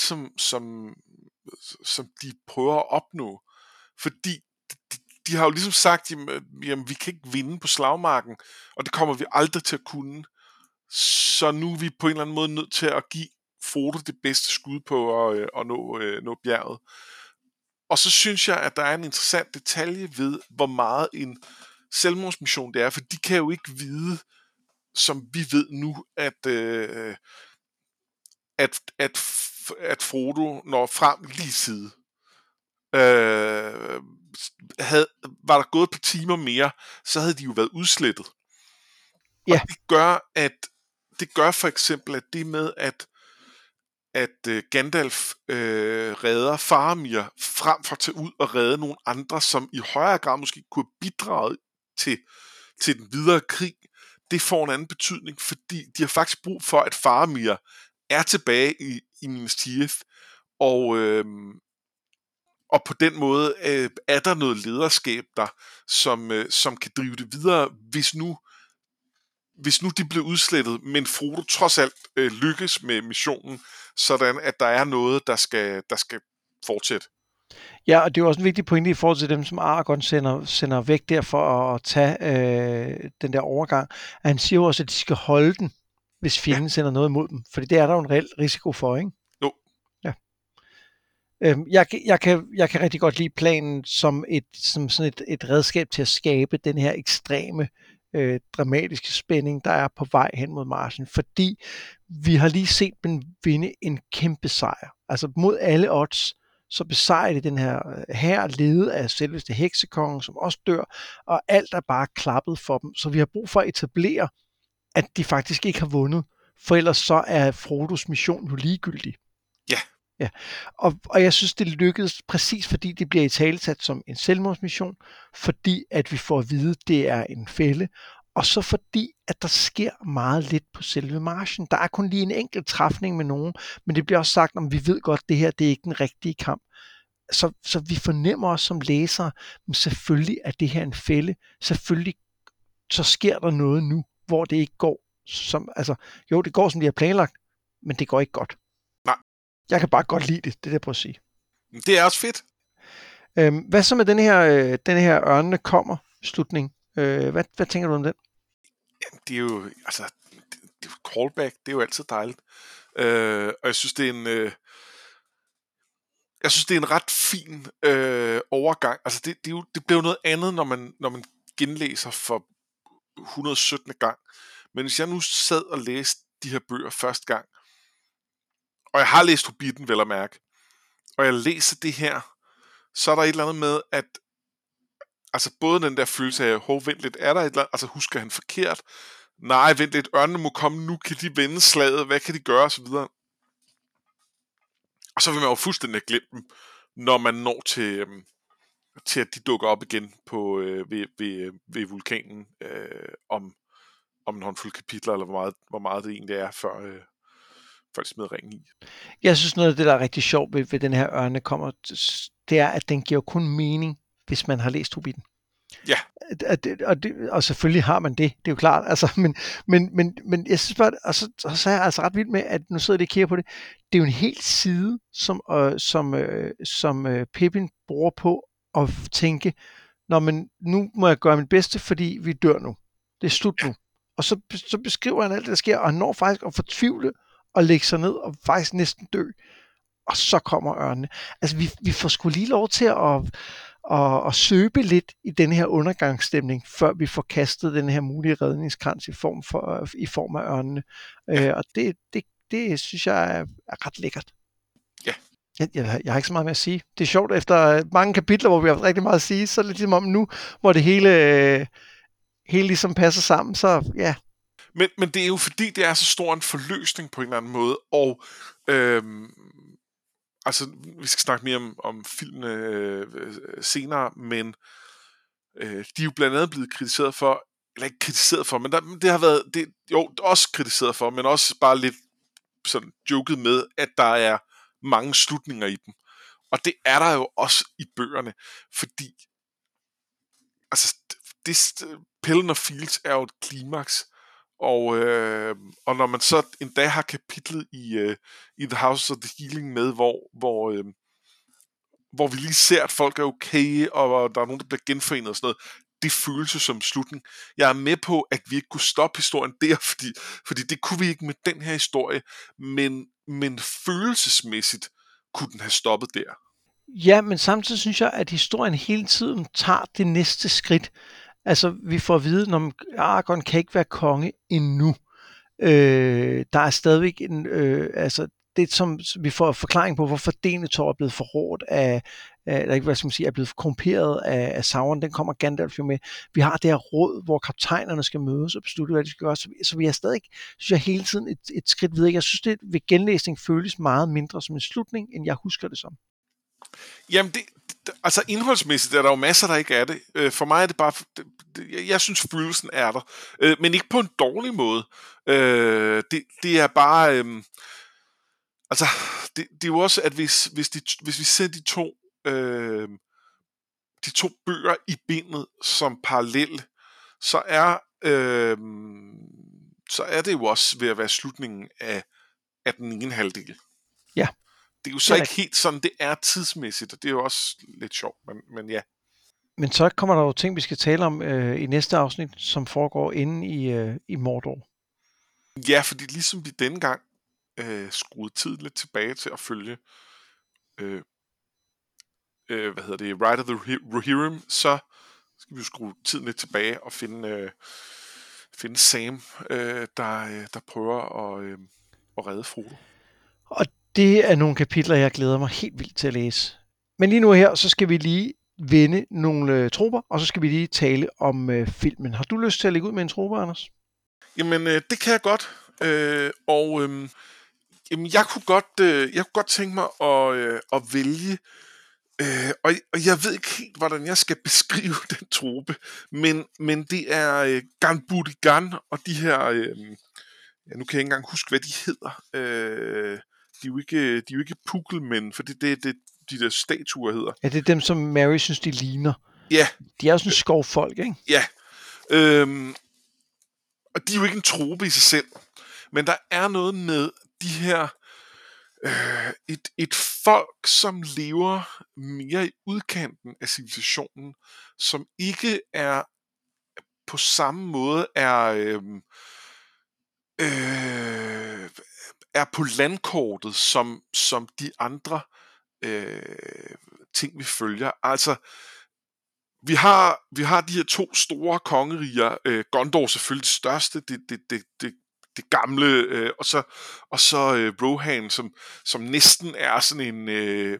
B: som de prøver at opnå. Fordi de har jo ligesom sagt, jamen, vi kan ikke vinde på slagmarken, og det kommer vi aldrig til at kunne. Så nu er vi på en eller anden måde nødt til at give Frodo det bedste skud på at nå bjerget. Og så synes jeg, at der er en interessant detalje ved, hvor meget en selvmordsmission det er, for de kan jo ikke vide, som vi ved nu, at Frodo når frem lige side. Var der gået et par timer mere, så havde de jo været udslettet. Ja. Og det gør for eksempel, at det med, at Gandalf redder Faramir, frem for at tage ud og redde nogle andre, som i højere grad måske kunne bidrage til den videre krig, det får en anden betydning, fordi de har faktisk brug for, at Faramir er tilbage i Minas Tirith, og på den måde er der noget lederskab der, som kan drive det videre, hvis nu de blev udslettet, men Frodo trods alt lykkes med missionen, sådan at der er noget, der skal fortsætte.
A: Ja, og det er jo også en vigtig pointe i forhold til dem, som Aragorn sender væk der for at tage den der overgang. At han siger jo også, at de skal holde den, hvis fjenden sender noget mod dem. Fordi det er der jo en reel risiko for, ikke?
B: Jo.
A: Ja. Jeg kan rigtig godt lide planen som sådan et redskab til at skabe den her ekstreme dramatiske spænding, der er på vej hen mod marchen, fordi vi har lige set dem vinde en kæmpe sejr. Altså mod alle odds, så besejrer de den her ledet af selveste heksekongen, som også dør, og alt er bare klappet for dem. Så vi har brug for at etablere, at de faktisk ikke har vundet, for ellers så er Frodos mission jo ligegyldig.
B: Ja.
A: Ja. Og jeg synes, det lykkedes præcis, fordi det bliver italesat som en selvmordsmission, fordi at vi får at vide, at det er en fælde, og så fordi, at der sker meget lidt på selve marchen. Der er kun lige en enkelt træfning med nogen, men det bliver også sagt, om vi ved godt, at det her det er ikke den rigtige kamp. Så vi fornemmer os som læsere, men selvfølgelig er det her en fælde. Selvfølgelig så sker der noget nu, hvor det ikke går som, altså jo, det går som de har planlagt, men det går ikke godt.
B: Nej.
A: Jeg kan bare godt lide det er på at sige.
B: Det er også fedt.
A: Hvad så med den her ørnene kommer slutning? Hvad tænker du om den?
B: Jamen, det er jo, altså, det er jo callback, det er jo altid dejligt. Og jeg synes, det er en ret fin overgang. Altså, det bliver jo noget andet, når man genlæser for 117. gang. Men hvis jeg nu sad og læste de her bøger første gang, og jeg har læst Hobbiten, vel at mærke, og jeg læser det her, så er der et eller andet med, at altså både den der følelse af, vent lidt, er der et eller andet, altså husker han forkert? Nej, vent lidt, ørnene må komme nu, kan de vende slaget, hvad kan de gøre, og så videre. Og så vil man jo fuldstændig glemme dem, når man når til at de dukker op igen på ved vulkanen om en håndfuld kapitler, eller hvor meget det egentlig er, før de smider ringen i.
A: Jeg synes, noget af det, der er rigtig sjovt ved den her ørne kommer, det er, at den giver kun mening, hvis man har læst Hobbiten.
B: Ja.
A: Og selvfølgelig har man det, det er jo klart. Altså, men jeg synes bare, og så er jeg altså ret vild med, at nu sidder jeg og kigger på det. Det er jo en hel side, som Pippin bruger på at tænke, men nu må jeg gøre mit bedste, fordi vi dør nu. Det er slut nu. Og så beskriver han alt det, der sker, og han når faktisk at fortvivle og lægge sig ned og faktisk næsten dø. Og så kommer ørnene. Altså, vi får sgu lige lov til at søbe lidt i den her undergangsstemning, før vi får kastet den her mulige redningskrans i form af ørnene. Og det synes jeg er ret lækkert.
B: Ja.
A: Jeg har ikke så meget mere at sige. Det er sjovt, efter mange kapitler, hvor vi har haft rigtig meget at sige, så er det ligesom om nu, hvor det hele ligesom passer sammen, så ja.
B: Men det er jo fordi, det er så stor en forløsning på en eller anden måde, og altså, vi skal snakke mere om filmene senere, men de er jo blandt andet blevet kritiseret for, eller ikke kritiseret for, men det har været, også kritiseret for, men også bare lidt sådan joket med, at der er mange slutninger i dem. Og det er der jo også i bøgerne, fordi altså, Pelennor Fields er jo et klimaks, og når man så en dag har kapitlet i The House of the Healing med, hvor vi lige ser, at folk er okay, og der er nogen, der bliver genforenet og sådan noget, det føles som slutning. Jeg er med på, at vi ikke kunne stoppe historien der, fordi det kunne vi ikke med den her historie, men følelsesmæssigt kunne den have stoppet der.
A: Ja, men samtidig synes jeg, at historien hele tiden tager det næste skridt. Altså, vi får at vide, at Aragorn kan ikke være konge endnu. Der er stadigvæk det, som vi får forklaring på, hvorfor Denethor er blevet forrådt eller ikke, hvad skal man sige, er blevet korrumperet af Sauron, den kommer Gandalf jo med. Vi har det her råd, hvor kaptajnerne skal mødes og beslutte, hvad de skal gøre. Så vi er stadig, synes jeg, hele tiden et skridt videre. Jeg synes, det ved genlæsning føles meget mindre som en slutning, end jeg husker det som.
B: Jamen, altså indholdsmæssigt er der jo masser, der ikke er det. For mig er det bare... Jeg synes, følelsen er der. Men ikke på en dårlig måde. Det er bare... altså, det er jo også, at hvis vi ser de to bøger i bindet som parallelle, så er det jo også ved at være slutningen af den ene halvdel.
A: Ja.
B: Det er jo så ikke helt sådan, det er tidsmæssigt, og det er jo også lidt sjovt, men ja.
A: Men så kommer der jo ting, vi skal tale om i næste afsnit, som foregår inde i Mordor.
B: Ja, fordi ligesom vi denne gang skruede tiden lidt tilbage til at følge Ride of the Rohirrim, så skal vi jo skrue tiden lidt tilbage og finde Sam, der prøver at redde Frodo. Og
A: det er nogle kapitler, jeg glæder mig helt vildt til at læse. Men lige nu her, så skal vi lige vende nogle tropper, og så skal vi lige tale om filmen. Har du lyst til at lægge ud med en trope, Anders?
B: Jamen, det kan jeg godt. Jamen, jeg kunne godt tænke mig at vælge, og jeg ved ikke helt, hvordan jeg skal beskrive den trope, men det er Gan-Burigan og de her, nu kan jeg ikke engang huske, hvad de hedder. De er jo ikke pukkelmænd, for det de der statuer hedder.
A: Ja, det er dem, som Mary synes, de ligner.
B: Ja. De
A: er jo sådan skovfolk, ikke?
B: Ja. Og de er jo ikke en trope i sig selv, men der er noget med de her et folk, som lever mere i udkanten af civilisationen, som ikke er på samme måde er på landkortet som de andre ting vi følger. Altså vi har de her to store kongeriger, Gondor selvfølgelig det største, det gamle, og så Rohan, som næsten er sådan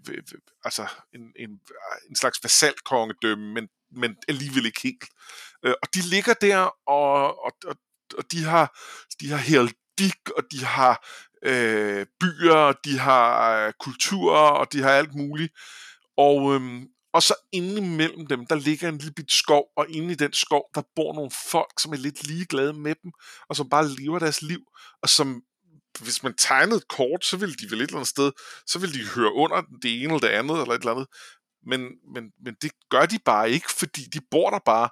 B: en slags vasalkongedømme, men alligevel ikke helt. Og de ligger der, og de har heraldik, og de har byer, de har kulturer, og de har alt muligt. Og så inde imellem dem, der ligger en lille bit skov, og inde i den skov, der bor nogle folk, som er lidt ligeglade med dem, og som bare lever deres liv, og som, hvis man tegnede et kort, så ville de vel et eller andet sted, så ville de høre under det ene eller det andet, eller et eller andet. Men det gør de bare ikke, fordi de bor der bare,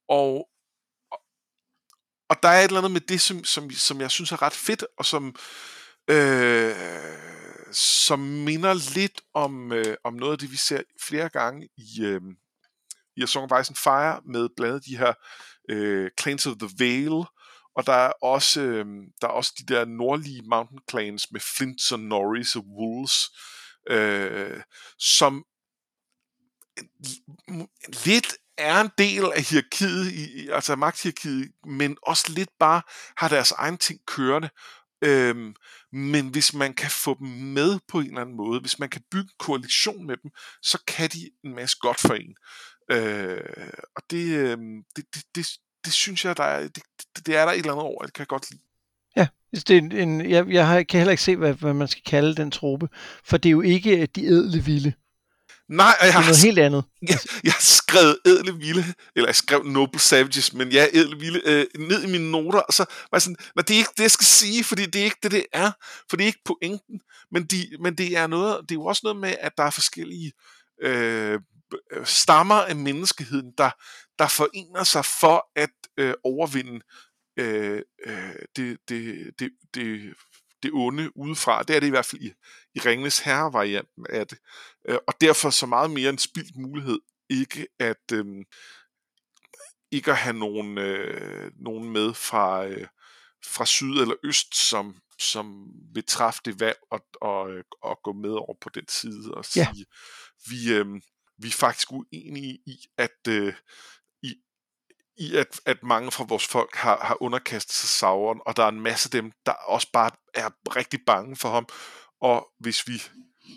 B: og der er et eller andet med det, som jeg synes er ret fedt, og som minder lidt om noget af det, vi ser flere gange i A Song of Ice and Fire, med blandt andet de her Clans of the Vale, og der er også de der nordlige mountain clans med Flints og Norris og Wolves, som lidt er en del af hierarkiet, altså magthierarkiet, men også lidt bare har deres egen ting kørende. Men hvis man kan få dem med på en eller anden måde, hvis man kan bygge en koalition med dem, så kan de en masse godt for en. Og det synes jeg, det er der et eller andet over, det kan jeg godt lide.
A: Ja, jeg kan heller ikke se, hvad man skal kalde den trope, for det er jo ikke de ædle vilde.
B: Nej,
A: det er noget helt andet.
B: Jeg har skrevet ædle vilde, eller jeg skrev Noble Savages, men ja, ædle vilde, ned i mine noter, og så var jeg sådan, det er ikke det, jeg skal sige, fordi det er ikke det er, for det er ikke pointen, men det er noget, det er jo også noget med, at der er forskellige stammer af menneskeheden, der forener sig for at overvinde det onde udefra. Det er det i hvert fald i Ringenes Herre-varianten af det. Og derfor så meget mere en spildt mulighed ikke at have nogen med fra syd eller øst, som vil træffe det valg og gå med over på den side og sige, vi er faktisk uenige i at mange fra vores folk har underkastet sig Sauron, og der er en masse af dem, der også bare er rigtig bange for ham, og hvis vi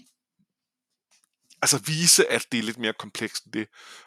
B: vise, at det er lidt mere komplekst end det.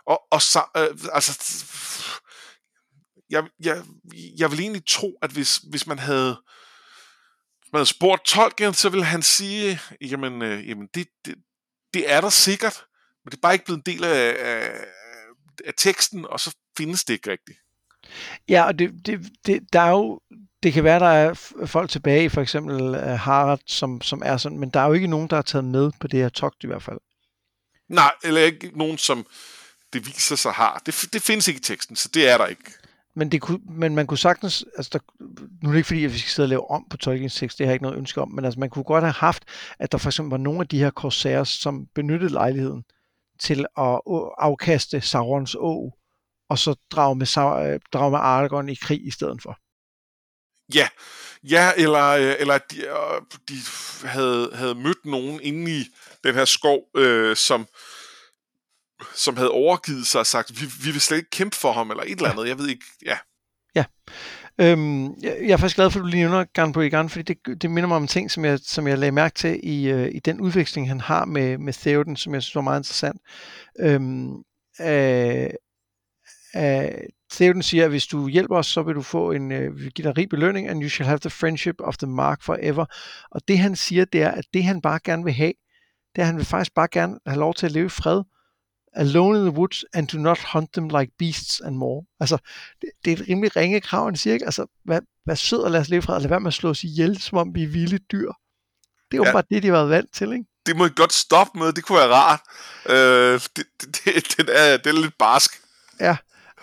B: Jeg vil egentlig tro, at hvis man havde spurgt Tolkien, så ville han sige, jamen det er der sikkert, men det er bare ikke blevet en del af teksten, og så findes det ikke rigtigt.
A: Ja, og der er jo, det kan være, der er folk tilbage, for eksempel Harald, som er sådan, men der er jo ikke nogen, der er taget med på det her togt i hvert fald.
B: Nej, eller ikke nogen, som det viser sig har. Det findes ikke i teksten, så det er der ikke.
A: Men man kunne sagtens, nu er det ikke fordi, at vi skal sidde og lave om på Tolkiens tekst, det har jeg ikke noget ønske om, men man kunne godt have haft, at der for eksempel var nogle af de her corsairs, som benyttede lejligheden til at afkaste Saurons åg, og så drage med Aragorn i krig i stedet for.
B: Ja, eller de havde mødt nogen inde i den her skov, som havde overgivet sig og sagt, vi vil slet ikke kæmpe for ham, eller et eller andet, jeg ved ikke, ja.
A: Ja. Jeg er faktisk glad for, at du lige nævner Ganburigan, fordi det minder mig om en ting, som jeg lagde mærke til i den udveksling, han har med Theoden, som jeg synes var meget interessant. Theoden siger, at hvis du hjælper os, så vil du få vi give dig rig belønning, and you shall have the friendship of the mark forever. Og det han siger, det er, at det han bare gerne vil have, det er, at han vil faktisk bare gerne have lov til at leve i fred, alone in the woods, and do not hunt them like beasts and more. Altså, det er et rimelig ringe krav, han siger, ikke? Altså, hvad sød og lad os leve i fred, og lad være med at slå os ihjel, som om vi er vilde dyr. Det er jo bare det, de har været vant til, ikke?
B: Det må I godt stoppe med, det kunne være rart. Det er lidt barsk.
A: Ja,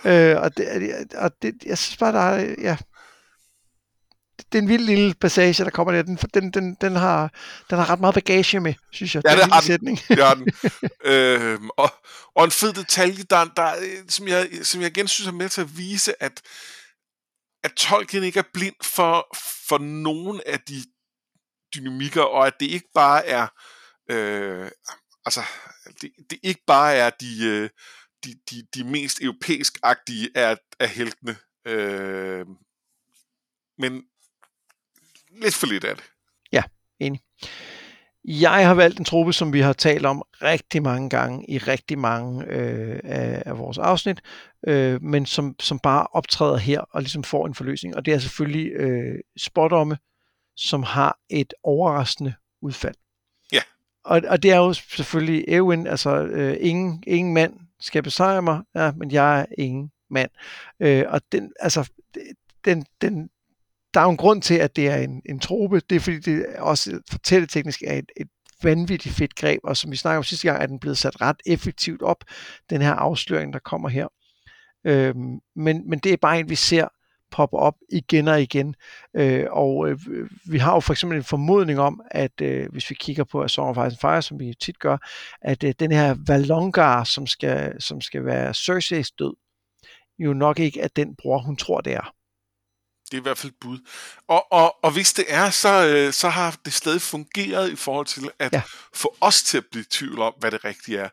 A: jeg synes bare, der er, ja, det er en vild lille passage, der kommer der. Den har ret meget bagage med, synes jeg.
B: Ja,
A: det har den.
B: Det har den. Og en fed detalje, som jeg igen synes er med til at vise, at Tolkien ikke er blind for nogen af de dynamikker, og at det ikke bare er det ikke bare er de mest europæisk-agtige af heltene, men lidt for lidt af det.
A: Ja, enig. Jeg har valgt en trope, som vi har talt om rigtig mange gange i rigtig mange af vores afsnit, men som bare optræder her og ligesom får en forløsning, og det er selvfølgelig spådomme, som har et overraskende udfald.
B: Ja.
A: og det er jo selvfølgelig Eowyn, altså ingen mand skal besejre mig, ja, men jeg er ingen mand. Og den, der er jo en grund til, at det er en trope. Det er fordi, det også fortælleteknisk er et vanvittigt fedt greb, og som vi snakkede om sidste gang, er den blevet sat ret effektivt op, den her afsløring, der kommer her. Men det er bare en, vi ser poppe op igen og igen. Vi har jo for eksempel en formodning om, at hvis vi kigger på A Song of Ice and Fire, som vi tit gør, at den her Valongar, som skal være Cerseis død, jo nok ikke er den bror, hun tror, det er.
B: Det er i hvert fald et bud. Og hvis det er, så har det stadig fungeret i forhold til at få os til at blive i tvivl om, hvad det rigtige er.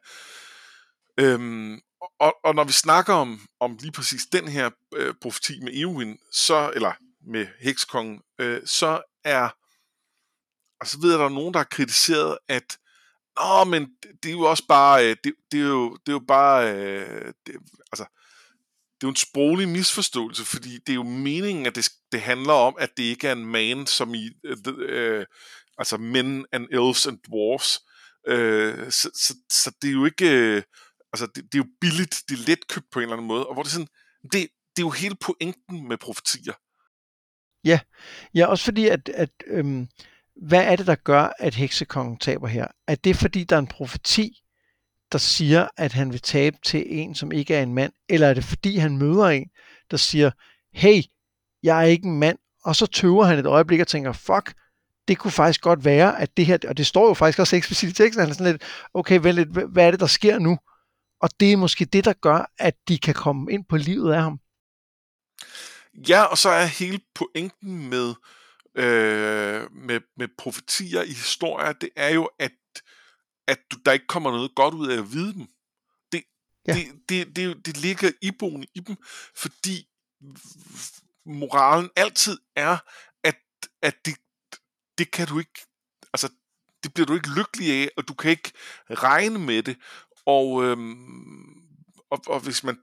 B: Og når vi snakker om lige præcis den her profeti med Eowyn, eller med Heksekongen, så ved jeg, der er nogen, der har kritiseret, at men det er jo også bare, det er jo bare, det er jo en sproglig misforståelse, fordi det er jo meningen, at det handler om, at det ikke er en man, som i men and elves and dwarfs. Så det er jo ikke, det er jo billigt, det er letkøbt på en eller anden måde, og hvor det er sådan, det er jo hele pointen med profetier.
A: Ja, også fordi, at hvad er det, der gør, at Heksekongen taber her? Er det, fordi der er en profeti, der siger, at han vil tabe til en, som ikke er en mand? Eller er det, fordi han møder en, der siger, hey, jeg er ikke en mand, og så tøver han et øjeblik og tænker, fuck, det kunne faktisk godt være, at det her, og det står jo faktisk også eksplicit i teksten, han er sådan lidt, okay, hvad er det, der sker nu? Og det er måske det, der gør, at de kan komme ind på livet af ham.
B: Ja, og så er hele pointen med profetier i historier, det er jo, at der ikke kommer noget godt ud af at vide dem. Det ligger iboende i dem, fordi moralen altid er, at det kan du ikke, det bliver du ikke lykkelig af, og du kan ikke regne med det, og hvis man,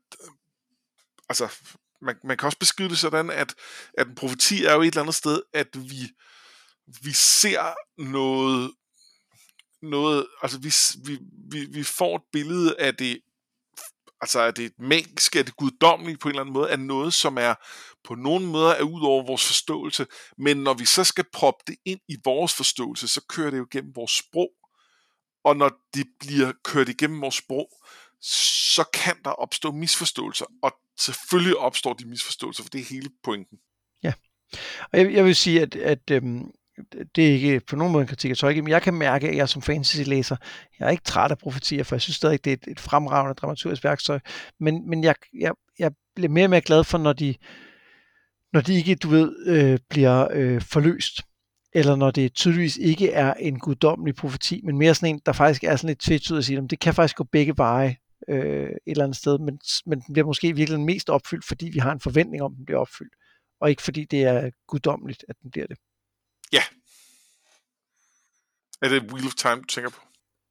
B: man kan også beskrive det sådan, at en profeti er jo et eller andet sted, at vi ser noget, vi får et billede af det, af det magiske, af det guddommelige på en eller anden måde, af noget, som er på nogen måder er ud over vores forståelse, men når vi så skal proppe det ind i vores forståelse, så kører det jo gennem vores sprog, og når det bliver kørt igennem vores sprog, så kan der opstå misforståelser, og selvfølgelig opstår de misforståelser, for det er hele pointen.
A: Ja, og jeg vil sige, at det er ikke på nogen måde en kritik af Tolkien, men jeg kan mærke, at jeg som fantasy-læser, jeg er ikke træt af profetier, for jeg synes stadig, det er et fremragende dramaturgisk værktøj, men jeg bliver mere og mere glad for, når de ikke, bliver forløst, eller når det tydeligvis ikke er en guddommelig profeti, men mere sådan en, der faktisk er sådan lidt tvetydigt at sige, at det kan faktisk gå begge veje et eller andet sted, men den bliver måske virkelig mest opfyldt, fordi vi har en forventning om, den bliver opfyldt, og ikke fordi det er guddommeligt, at den bliver det.
B: Ja. Er det Wheel of Time, du tænker på?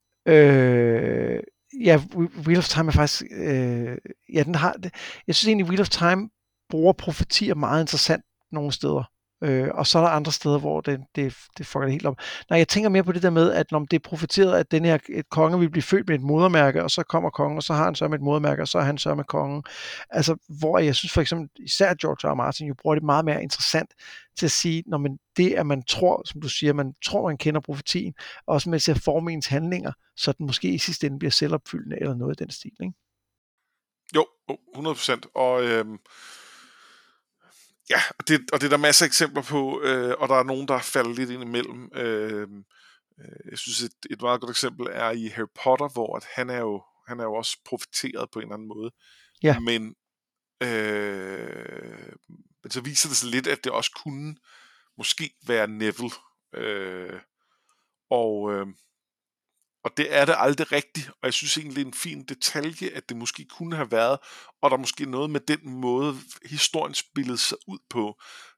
A: Ja, Wheel of Time er faktisk... den har... Jeg synes egentlig, Wheel of Time bruger profetier meget interessant nogle steder. Og så er der andre steder, hvor det fucker det helt op. Nej, jeg tænker mere på det der med, at når det er profeteret, at den her et konge vil blive født med et modermærke, og så kommer kongen, og så har han så med et modermærke, og så er han så med kongen. Altså, hvor jeg synes for eksempel, især George R. R. Martin jo bruger det meget mere interessant til at sige, når man det, at man tror, som du siger, man tror, man kender profetien, og også med til at forme ens handlinger, så den måske i sidste ende bliver selvopfyldende, eller noget i den stil, ikke?
B: Jo, 100%. Og ja, og det er der masser af eksempler på, og der er nogen, der falder lidt ind imellem. Jeg synes, et meget godt eksempel er i Harry Potter, hvor at han er jo også profeteret på en eller anden måde.
A: Ja.
B: Men så viser det sig lidt, at det også kunne måske være Neville. Og det er det aldrig rigtigt, og jeg synes egentlig, det er en fin detalje, at det måske kunne have været, og der er måske noget med den måde, historien spillede sig ud på,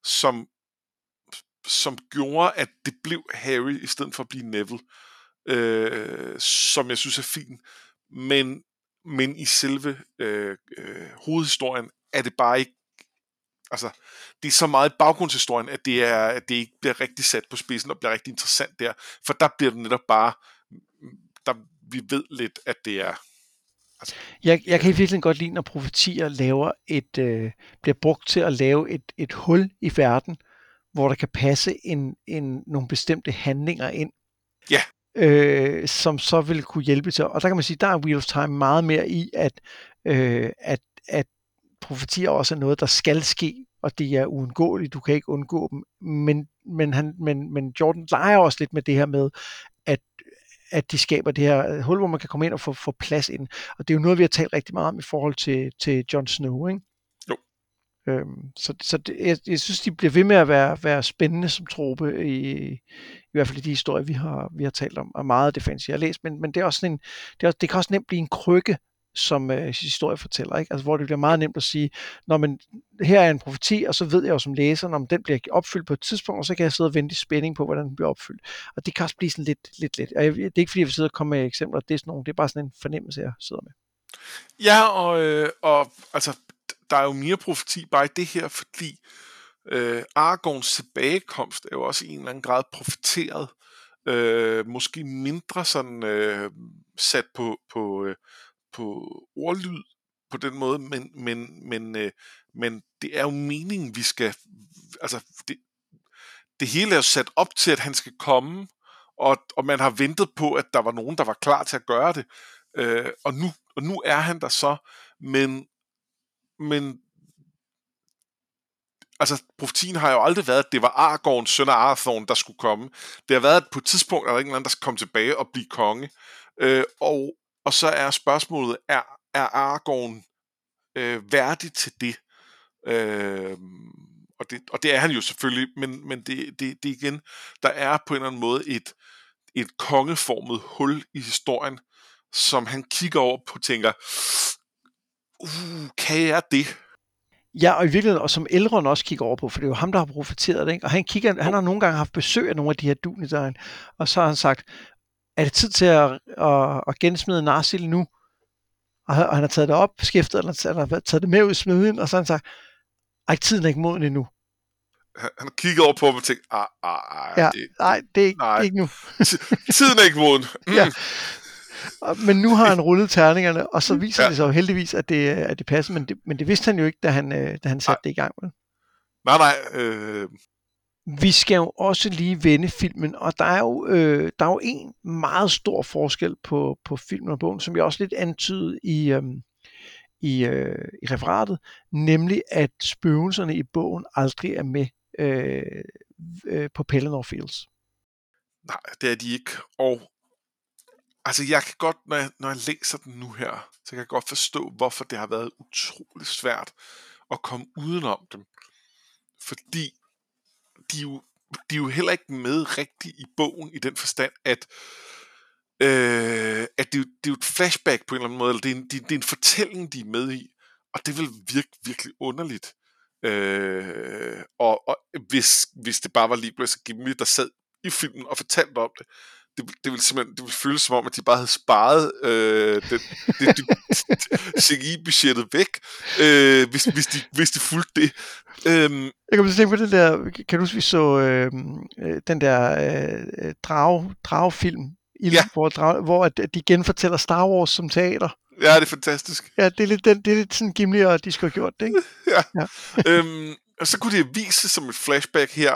B: som gjorde, at det blev Harry, i stedet for at blive Neville, som jeg synes er fint. Men i selve hovedhistorien er det bare ikke, det er så meget baggrundshistorien, at det ikke bliver rigtig sat på spidsen og bliver rigtig interessant der, for der bliver det netop bare vi ved lidt, at det er... Altså,
A: Jeg kan virkelig godt lide, når profetier bliver brugt til at lave et hul i verden, hvor der kan passe nogle bestemte handlinger ind.
B: Ja.
A: Som så vil kunne hjælpe til. Og der kan man sige, der er Wheel of Time meget mere i, at profetier også er noget, der skal ske, og det er uundgåeligt, du kan ikke undgå dem. Men Jordan leger også lidt med det her med, at de skaber det her hul, hvor man kan komme ind og få plads ind. Og det er jo noget, vi har talt rigtig meget om i forhold til Jon Snow, ikke?
B: Jo.
A: Så jeg synes, de bliver ved med at være spændende som trope, i hvert fald i de historier, vi har talt om, og meget af det fancy, jeg har læst, men det er også sådan det kan også nemt blive en krykke, som historiefortæller, ikke? Altså, hvor det bliver meget nemt at sige, men her er en profeti, og så ved jeg jo som læser, om den bliver opfyldt på et tidspunkt, og så kan jeg sidde og vente i spænding på, hvordan den bliver opfyldt. Og det kan også blive sådan lidt. Og det er ikke fordi, jeg vil sidde og komme med eksempler, det er bare sådan en fornemmelse, jeg sidder med.
B: Ja, og altså, der er jo mere profeti bare i det her, fordi Aragorns tilbagekomst er jo også i en eller anden grad profeteret. Måske mindre sådan sat på ordlyd på den måde, men det er jo meningen, vi skal... Altså, det hele er jo sat op til, at han skal komme, og man har ventet på, at der var nogen, der var klar til at gøre det. Og nu er han der så, men altså, profetien har jo aldrig været, at det var Aragorns søn af Arathorn, der skulle komme. Det har været, at på et tidspunkt er der ikke nogen, der skal komme tilbage og blive konge. Og så er spørgsmålet, er Aragorn værdig til det? Og det er han jo selvfølgelig, men det igen, der er på en eller anden måde et kongeformet hul i historien, som han kigger over på og tænker, kan jeg det?
A: Ja, og i virkeligheden, og som Elrond også kigger over på, for det er jo ham, der har profeteret det, ikke? Og han har nogle gange haft besøg af nogle af de her Dunedain, og så har han sagt, er det tid til at gensmide Narsil nu? Og han har taget det op, skiftet, eller han har taget det med ud i smedjen, og så har han sagt, ej, tiden er ikke moden endnu.
B: Han har kigget over på ham og tænkt,
A: det er ikke nu.
B: Tiden er ikke moden.
A: Ja. Men nu har han rullet terningerne, og så viser det sig jo heldigvis, at det passer, men det vidste han jo ikke, da han satte det i gang.
B: Nej.
A: Vi skal jo også lige vende filmen, og der er jo en meget stor forskel på filmen og bogen, som jeg også lidt antydede i referatet, nemlig at spøgelserne i bogen aldrig er med på Pelennor Fields.
B: Nej, det er de ikke. Og altså, jeg kan godt, når jeg læser den nu her, så kan jeg godt forstå, hvorfor det har været utroligt svært at komme udenom dem. Fordi de er jo heller ikke med rigtigt i bogen i den forstand, at det er jo et flashback på en eller anden måde, eller det er en fortælling, de er med i, og det vil virke virkelig underligt. Og hvis det bare var Legolas og Gimli, der sad i filmen og fortalte om det, det ville føles som om, at de bare havde sparet CGI-budgettet væk, hvis de fulgte det.
A: Jeg kan tænke på den der, kan du huske, vi så den der dragefilm, hvor de genfortæller Star Wars som teater.
B: Ja, det er fantastisk.
A: Ja, det er lidt sådan Gimli, og de skulle have gjort det, ikke?
B: Ja. Og så kunne det vise som et flashback her,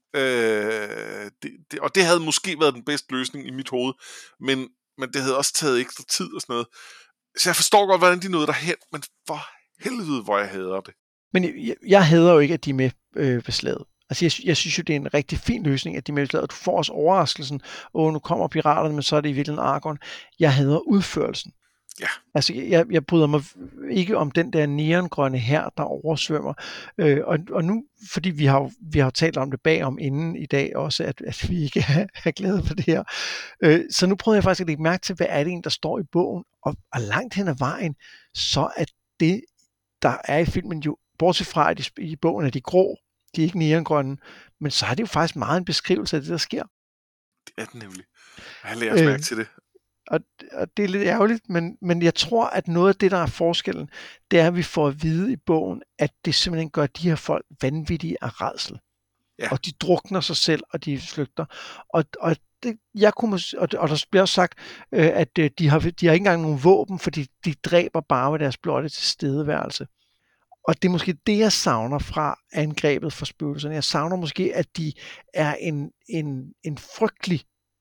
B: og det havde måske været den bedste løsning i mit hoved, men det havde også taget ekstra tid og sådan noget. Så jeg forstår godt, hvordan de nåede derhen, men for helvede, hvor jeg hader det.
A: Men jeg hader jo ikke, at de er med ved slaget. Altså, jeg synes jo, det er en rigtig fin løsning, at de er med ved slaget. Du får også overraskelsen, nu kommer piraterne, men så er det i virkeligheden Aragorn. Jeg hader udførelsen.
B: Ja.
A: Altså, jeg bryder mig ikke om den der neongrønne hær, der oversvømmer. Og nu, fordi vi har talt om det bagom inden i dag også, at vi ikke er glade for det her. Så nu prøver jeg faktisk at lægge mærke til, hvad er det egentlig, der står i bogen. Og langt hen ad vejen, så er det, der er i filmen jo, bortset fra, at i bogen er de grå, de er ikke neongrønne, men så er det jo faktisk meget en beskrivelse af det, der sker.
B: Det er det nemlig. Jeg lærer også mærke til det.
A: Og det er lidt ærgerligt, men jeg tror, at noget af det, der er forskellen, det er, at vi får at vide i bogen, at det simpelthen gør de her folk vanvittige af rædsel.
B: Ja.
A: og de drukner sig selv, og de flygter. Og det, og der bliver også sagt, at de har ikke engang nogen våben, fordi de dræber bare med deres blotte tilstedeværelse. Og det er måske det, jeg savner fra angrebet fra spøgelserne. Jeg savner måske, at de er en frygtelig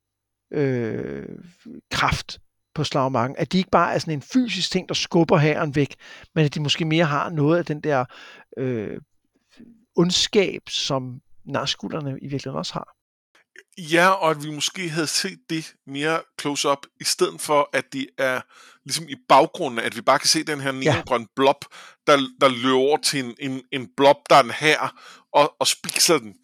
A: kraft på slagmarken. At de ikke bare er sådan en fysisk ting, der skubber hæren væk, men at de måske mere har noget af den der ondskab, som narskulderne i virkeligheden også har.
B: Ja, og at vi måske havde set det mere close-up, i stedet for, at de er ligesom i baggrunden, at vi bare kan se den her neongrønne blob, der løber over til en blob, der er en hær, og spiser den.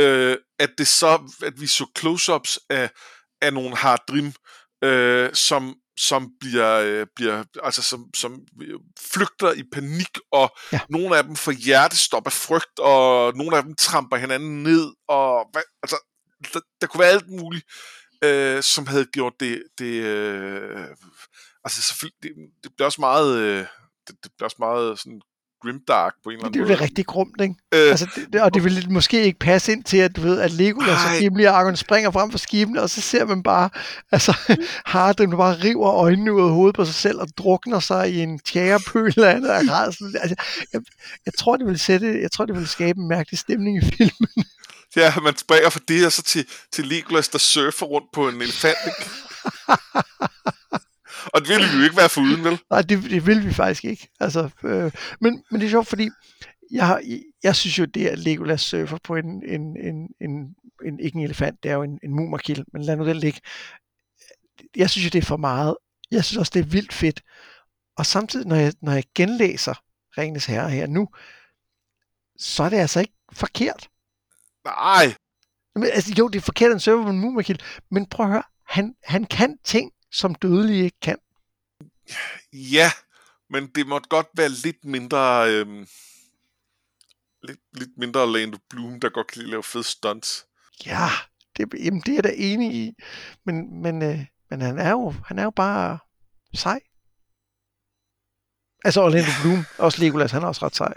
B: At vi så close-ups af nogle Haradrim, som bliver altså som flygter i panik, og nogle af dem får hjertestop af frygt, og nogle af dem tramper hinanden ned, og altså der kunne være alt muligt, som havde gjort det altså selvfølgelig, det bliver også meget det bliver også meget sådan grimdark på en eller anden måde.
A: Det er jo rigtig grumt, ikke? Altså, og det vil måske ikke passe ind til, at du ved, at Legolas og Gimli og Aragorn springer frem for skibene, og så ser man bare, altså, Haradrim bare river øjnene ud af hovedet på sig selv, og drukner sig i en tjærepøl af andet af rædsel. Altså, jeg tror, det vil skabe en mærkelig stemning i filmen.
B: Ja, man springer fra det, og så til Legolas, der surfer rundt på en elefant, ikke? Og det ville vi jo ikke være foruden, vel?
A: Nej, det vil vi faktisk ikke. Altså, men det er sjovt, fordi jeg synes jo, det at Legolas surfer på ikke en elefant, det er jo en mumerkild, men lad nu det ligge. Jeg synes jo, det er for meget. Jeg synes også, det er vildt fedt. Og samtidig, når jeg genlæser Ringenes Herre her nu, så er det altså ikke forkert.
B: Nej.
A: Men, altså, jo, det er forkert, at han surfer på en mumerkild, men prøv at høre, han kan ting, som dødelige ikke kan.
B: Ja, men det måtte godt være lidt mindre lidt mindre Orlando Bloom, der godt kan lave fede stunts.
A: Ja, det er jeg da enig i. Men han er jo bare sej. Altså Orlando Bloom, også Legolas, han er også ret sej.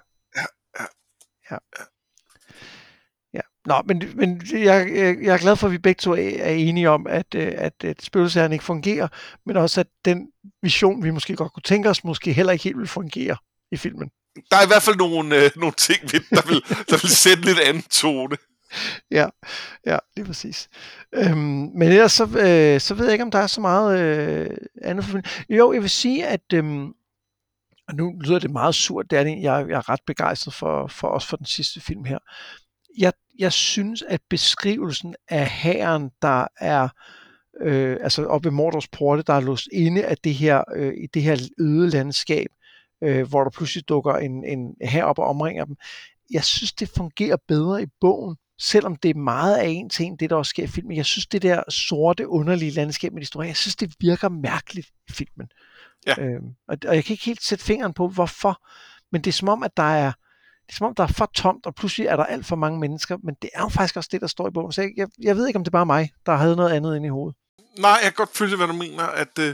A: Ja. Nå, men jeg er glad for, at vi begge to er enige om, at spøgelsesherren ikke fungerer, men også at den vision, vi måske godt kunne tænke os, måske heller ikke helt vil fungere i filmen.
B: Der er i hvert fald nogle ting, der vil sætte lidt anden tone.
A: Ja, det er præcis. Men ellers så ved jeg ikke, om der er så meget andet for filmen. Jo, jeg vil sige, at og nu lyder det meget surt, det er det. Jeg er ret begejstret for den sidste film her. Jeg synes, at beskrivelsen af hæren, der er altså oppe ved Mordors porte, der er låst inde af det her, i det her øde landskab, hvor der pludselig dukker en hær op og omringer dem. Jeg synes, det fungerer bedre i bogen, selvom det er meget af en til en, det der også sker i filmen. Jeg synes, det der sorte, underlige landskab med de store, jeg synes, det virker mærkeligt i filmen.
B: Ja.
A: Og jeg kan ikke helt sætte fingeren på, hvorfor, men det er som om, at der er for tomt, og pludselig er der alt for mange mennesker, men det er jo faktisk også det, der står i bogen. Så jeg ved ikke, om det er bare mig, der havde noget andet inde i hovedet.
B: Nej, jeg kan godt følge, hvad du mener,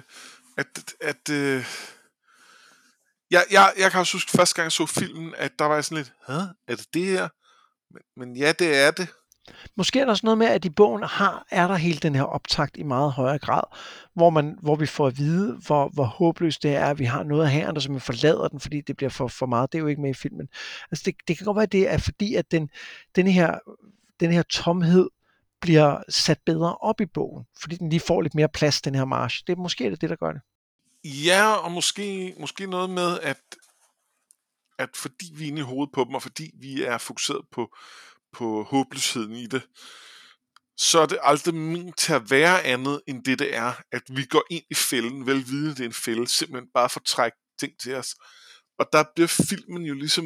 B: jeg kan også huske, første gang jeg så filmen, at der var sådan lidt, er det her? Men ja, det er det.
A: Måske er der også noget med, at i bogen er der hele den her optakt i meget højere grad, hvor vi får at vide, hvor håbløst det er, at vi har noget af hæren, der simpelthen forlader den, fordi det bliver for meget. Det er jo ikke med i filmen. Altså det kan godt være, at det er fordi, at den her tomhed bliver sat bedre op i bogen, fordi den lige får lidt mere plads, den her march. Det er måske det, der gør det.
B: Ja, og måske noget med, at fordi vi er inde i hovedet på dem, og fordi vi er fokuseret på håbløsheden i det, så er det aldrig ment til at være andet end det er, at vi går ind i fælden, velvidende det er en fælde, simpelthen bare for at trække ting til os. Og der bliver filmen jo ligesom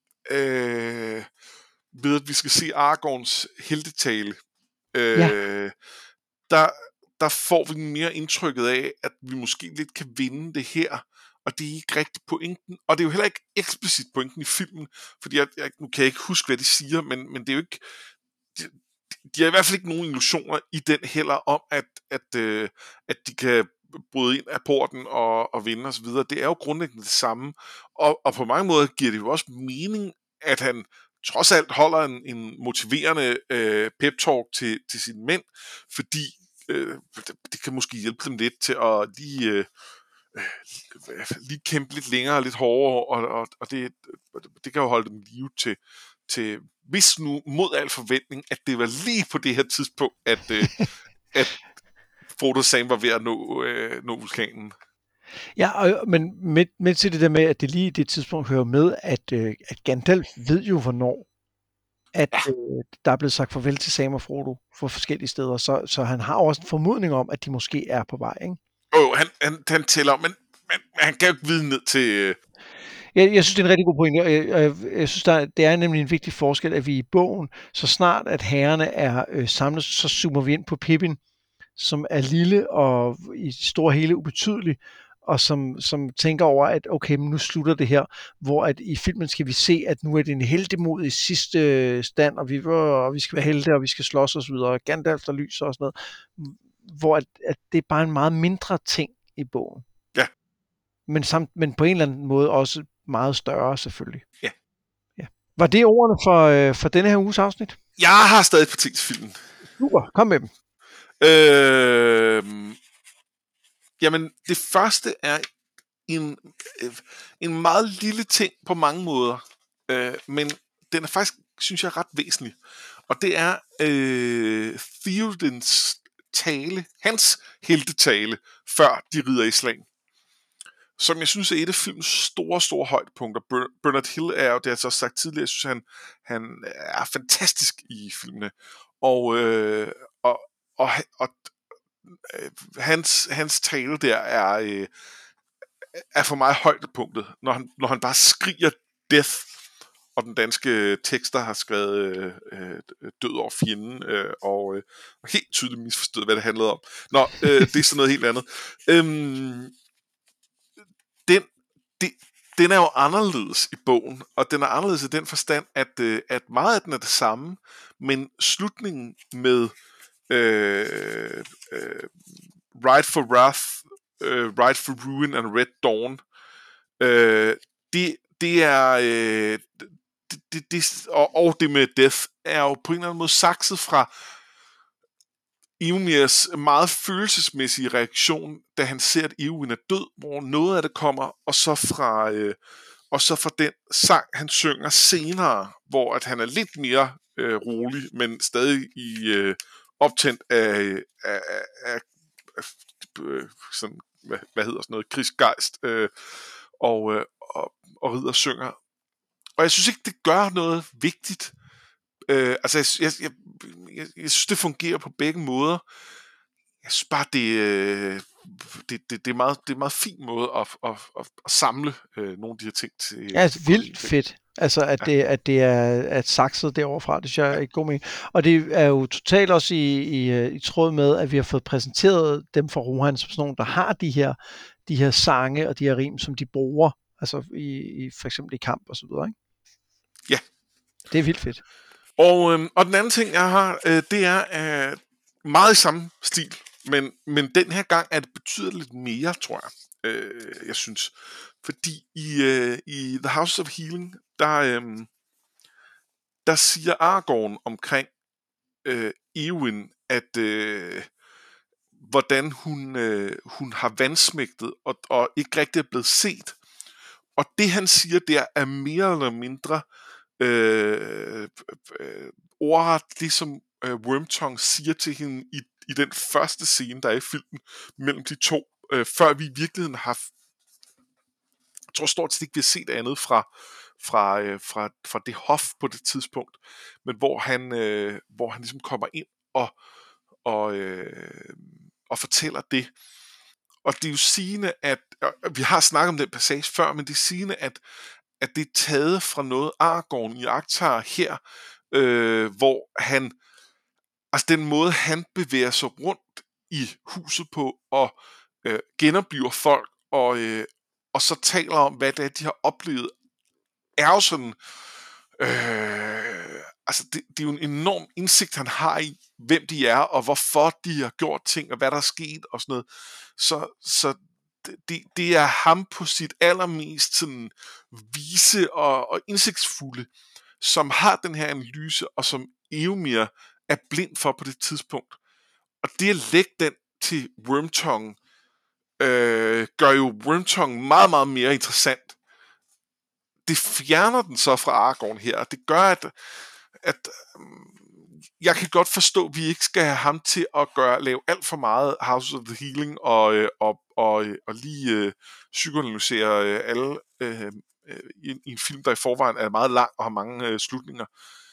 B: ved, at vi skal se Aragorns heltetale. Der får vi mere indtrykket af, at vi måske lidt kan vinde det her, og det er ikke rigtig pointen, og det er jo heller ikke eksplicit pointen i filmen, fordi nu kan jeg ikke huske, hvad de siger, men det er jo ikke, de har i hvert fald ikke nogen illusioner i den heller om, at de kan bryde ind af porten og vinde osv. Det er jo grundlæggende det samme, og på mange måder giver det jo også mening, at han trods alt holder en motiverende pep-talk til sine mænd, fordi det kan måske hjælpe dem lidt til at lige kæmpe lidt længere og lidt hårdere, og det kan jo holde dem i live til hvis nu mod al forventning, at det var lige på det her tidspunkt, at Frodo og Sam var ved at nå vulkanen.
A: Ja, men med til det der med, at det lige i det tidspunkt hører med, at Gandalf ved jo, hvornår at der er blevet sagt farvel til Sam og Frodo fra forskellige steder, så han har også en formodning om, at de måske er på vej, ikke?
B: Han tæller, men han kan jo ikke vide ned til...
A: Jeg synes, det er en rigtig god pointe. Jeg synes, det er nemlig en vigtig forskel, at vi i bogen, så snart at herrerne er samlet, så zoomer vi ind på Pippin, som er lille og i det store hele ubetydelig, og som tænker over, at okay, men nu slutter det her, hvor at i filmen skal vi se, at nu er det en heltemod i sidste stand, og vi skal være heldige, og vi skal slås og så videre, og Gandalf der lyser og sådan noget, hvor at det er bare en meget mindre ting i bogen.
B: Ja.
A: Men på en eller anden måde også meget større, selvfølgelig.
B: Ja.
A: Var det ordene for denne her uges afsnit?
B: Jeg har stadig på ting til filmen.
A: Super, kom med dem.
B: Jamen, det første er en meget lille ting på mange måder, men den er faktisk, synes jeg, ret væsentlig. Og det er Theodens tale, hans heltetale, før de rider i slag, som jeg synes er et af filmens store højdepunkter. Bernard Hill er jo, det har jeg så sagt tidligere, jeg synes, han er fantastisk i filmene. Og hans tale der er for mig højdepunktet, når han bare skriger death, og den danske tekster har skrevet død over fjenden, og helt tydeligt misforstået, hvad det handlede om. Det er sådan noget helt andet. Den er jo anderledes i bogen, og den er anderledes i den forstand, at meget af den er det samme, men slutningen med Ride for Wrath, Ride for Ruin and Red Dawn, det er og det med Death er jo på en eller anden måde sakset fra Eomirs meget følelsesmæssige reaktion, da han ser, at Eowyn er død, hvor noget af det kommer, og så fra den sang, han synger senere, hvor at han er lidt mere rolig, men stadig optændt af sådan, hvad hedder sådan noget, krigsgejst, og ridder synger. Og jeg synes ikke, det gør noget vigtigt. Altså, jeg synes, det fungerer på begge måder. Jeg synes bare, det er meget fin måde at samle nogle af de her ting til.
A: Ja, vildt fedt. Altså, at det er sakset deroverfra, det synes jeg er ikke god mening. Og det er jo totalt også i tråd med, at vi har fået præsenteret dem fra Rohan som sådan nogle, der har de her sange og de her rim, som de bruger, altså for eksempel i kamp og så videre, ikke?
B: Ja.
A: Det er vildt fedt.
B: Og den anden ting, jeg har, det er meget i samme stil, men den her gang er det betyder lidt mere, tror jeg synes. Fordi i The House of Healing, der siger Aragorn omkring Eowyn, at hvordan hun har vansmægtet og ikke rigtig er blevet set. Og det han siger der er mere eller mindre ordret det som Wormtongue siger til hende i den første scene der er i filmen mellem de to, før vi i virkeligheden har, jeg tror stort set ikke vi har set andet fra det hof på det tidspunkt, men hvor han ligesom kommer ind og fortæller det. Og det er jo sigende, at vi har snakket om den passage før, men det er sigende, at det er taget fra noget Aragorn i Aktar her, hvor han, altså den måde han bevæger sig rundt i huset på og genoplever folk og så taler om, hvad det er, de har oplevet, er jo sådan, altså det er jo en enorm indsigt, han har i, hvem de er, og hvorfor de har gjort ting, og hvad der er sket, og sådan noget. Så det er ham på sit allermest sådan vise og indsigtsfulde, som har den her analyse, og som Eomer er blind for på det tidspunkt. Og det at lægge den til Wormtongue, gør jo Wormtongue meget, meget mere interessant. Det fjerner den så fra Aragorn her, og det gør, at jeg kan godt forstå, at vi ikke skal have ham til at lave alt for meget House of the Healing og lige psykoanalysere alle i en film, der i forvejen er meget lang og har mange slutninger.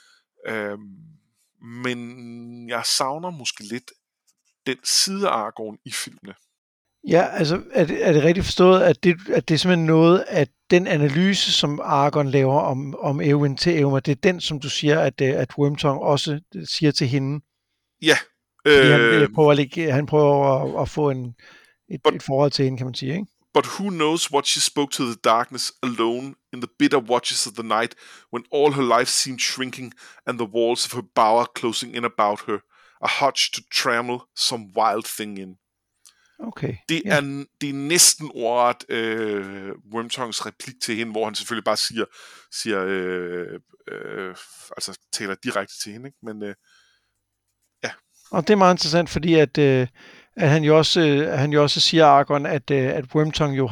B: Men jeg savner måske lidt den side af Aragorn i filmene.
A: Ja, altså er det rigtigt forstået, at det er simpelthen noget, at den analyse, som Aragorn laver om Eowyn til Eomer, det er den, som du siger, at Wormtongue også siger til hende?
B: Ja.
A: Han prøver at få et forhold til hende, kan man sige, ikke?
B: But who knows what she spoke to the darkness alone in the bitter watches of the night, when all her life seemed shrinking, and the walls of her bower closing in about her, a hutch to trammel some wild thing in.
C: Okay.
B: Det er næsten ordret Wormtongues replik til hende, hvor han selvfølgelig bare siger altså taler direkte til hende, ikke? Men ja. Og
A: det er meget interessant, fordi at han jo også siger, Aragorn, at Wormtongue jo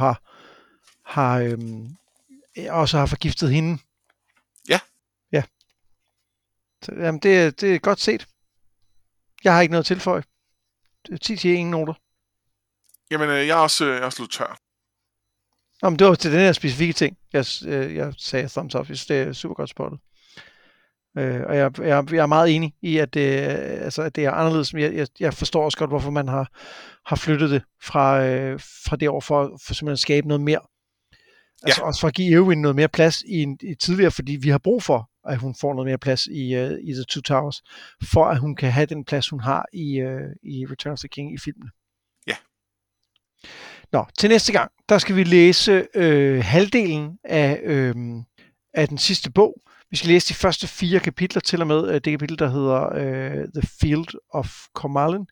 A: også har forgiftet hende.
B: Ja.
A: Ja. Så, jamen, det er godt set. Jeg har ikke noget at tilføje. 10 til ingen noter.
B: Jamen, jeg er også slut tør.
A: Nå, men det var til den her specifikke ting, jeg sagde thumbs up. Det er super godt spottet. Og jeg er meget enig i, at det er anderledes. Jeg forstår også godt, hvorfor man har flyttet det fra det over for simpelthen at skabe noget mere. Altså også for at give Eowyn noget mere plads i tidligere, fordi vi har brug for, at hun får noget mere plads i The Two Towers, for at hun kan have den plads, hun har i Return of the King i filmen.
B: Ja.
A: Nå, til næste gang, der skal vi læse halvdelen af den sidste bog. Vi skal læse de første 4 kapitler, til og med det kapitel, der hedder The Field of Cormallen.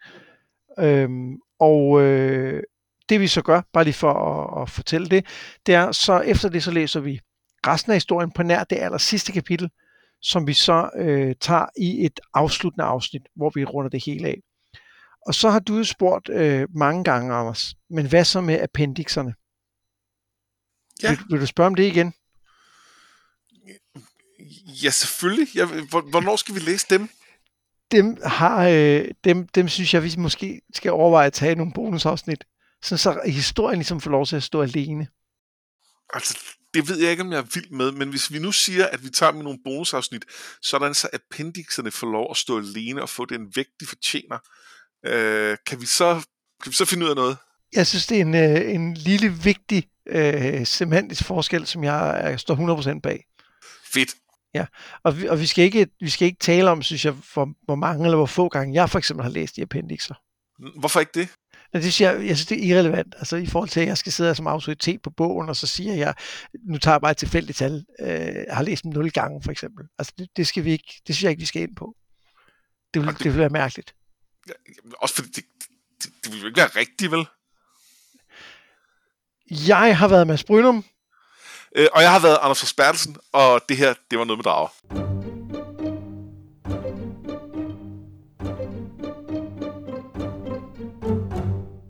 A: Det vi så gør, bare lige for at fortælle det er, så efter det, så læser vi resten af historien på nær det aller sidste kapitel, som vi så tager i et afsluttende afsnit, hvor vi runder det hele af. Og så har du spurgt mange gange, Anders, men hvad så med appendixerne?
B: Ja.
A: Vil du spørge om det igen?
B: Ja, selvfølgelig. Hvornår skal vi læse dem?
A: Dem synes jeg, vi måske skal overveje at tage nogle bonusafsnit, så historien ligesom får lov til at stå alene.
B: Altså, det ved jeg ikke, om jeg er vild med, men hvis vi nu siger, at vi tager med nogle bonusafsnit, sådan så appendixerne får lov at stå alene og få den vægt, de fortjener, kan vi så finde ud af noget?
A: Jeg synes, det er en lille, vigtig semantisk forskel, som jeg står 100% bag.
B: Fedt.
A: Ja, og vi skal ikke tale om, synes jeg, hvor mange eller hvor få gange jeg for eksempel har læst de appendixer.
B: Hvorfor ikke det?
A: Jeg synes, det er irrelevant. Altså i forhold til, at jeg skal sidde som autoritet på bogen, og så siger jeg, nu tager jeg bare et tilfældigt tal. Jeg har læst dem 0 gange, for eksempel. Altså det skal vi ikke, det synes jeg ikke, vi skal ind på. Det vil være mærkeligt.
B: Ja, også fordi det vil jo ikke være rigtigt, vel?
A: Jeg har været Mads Brynum.
B: Og jeg har været Anders Forsbergelsen, og det her, det var noget med drager.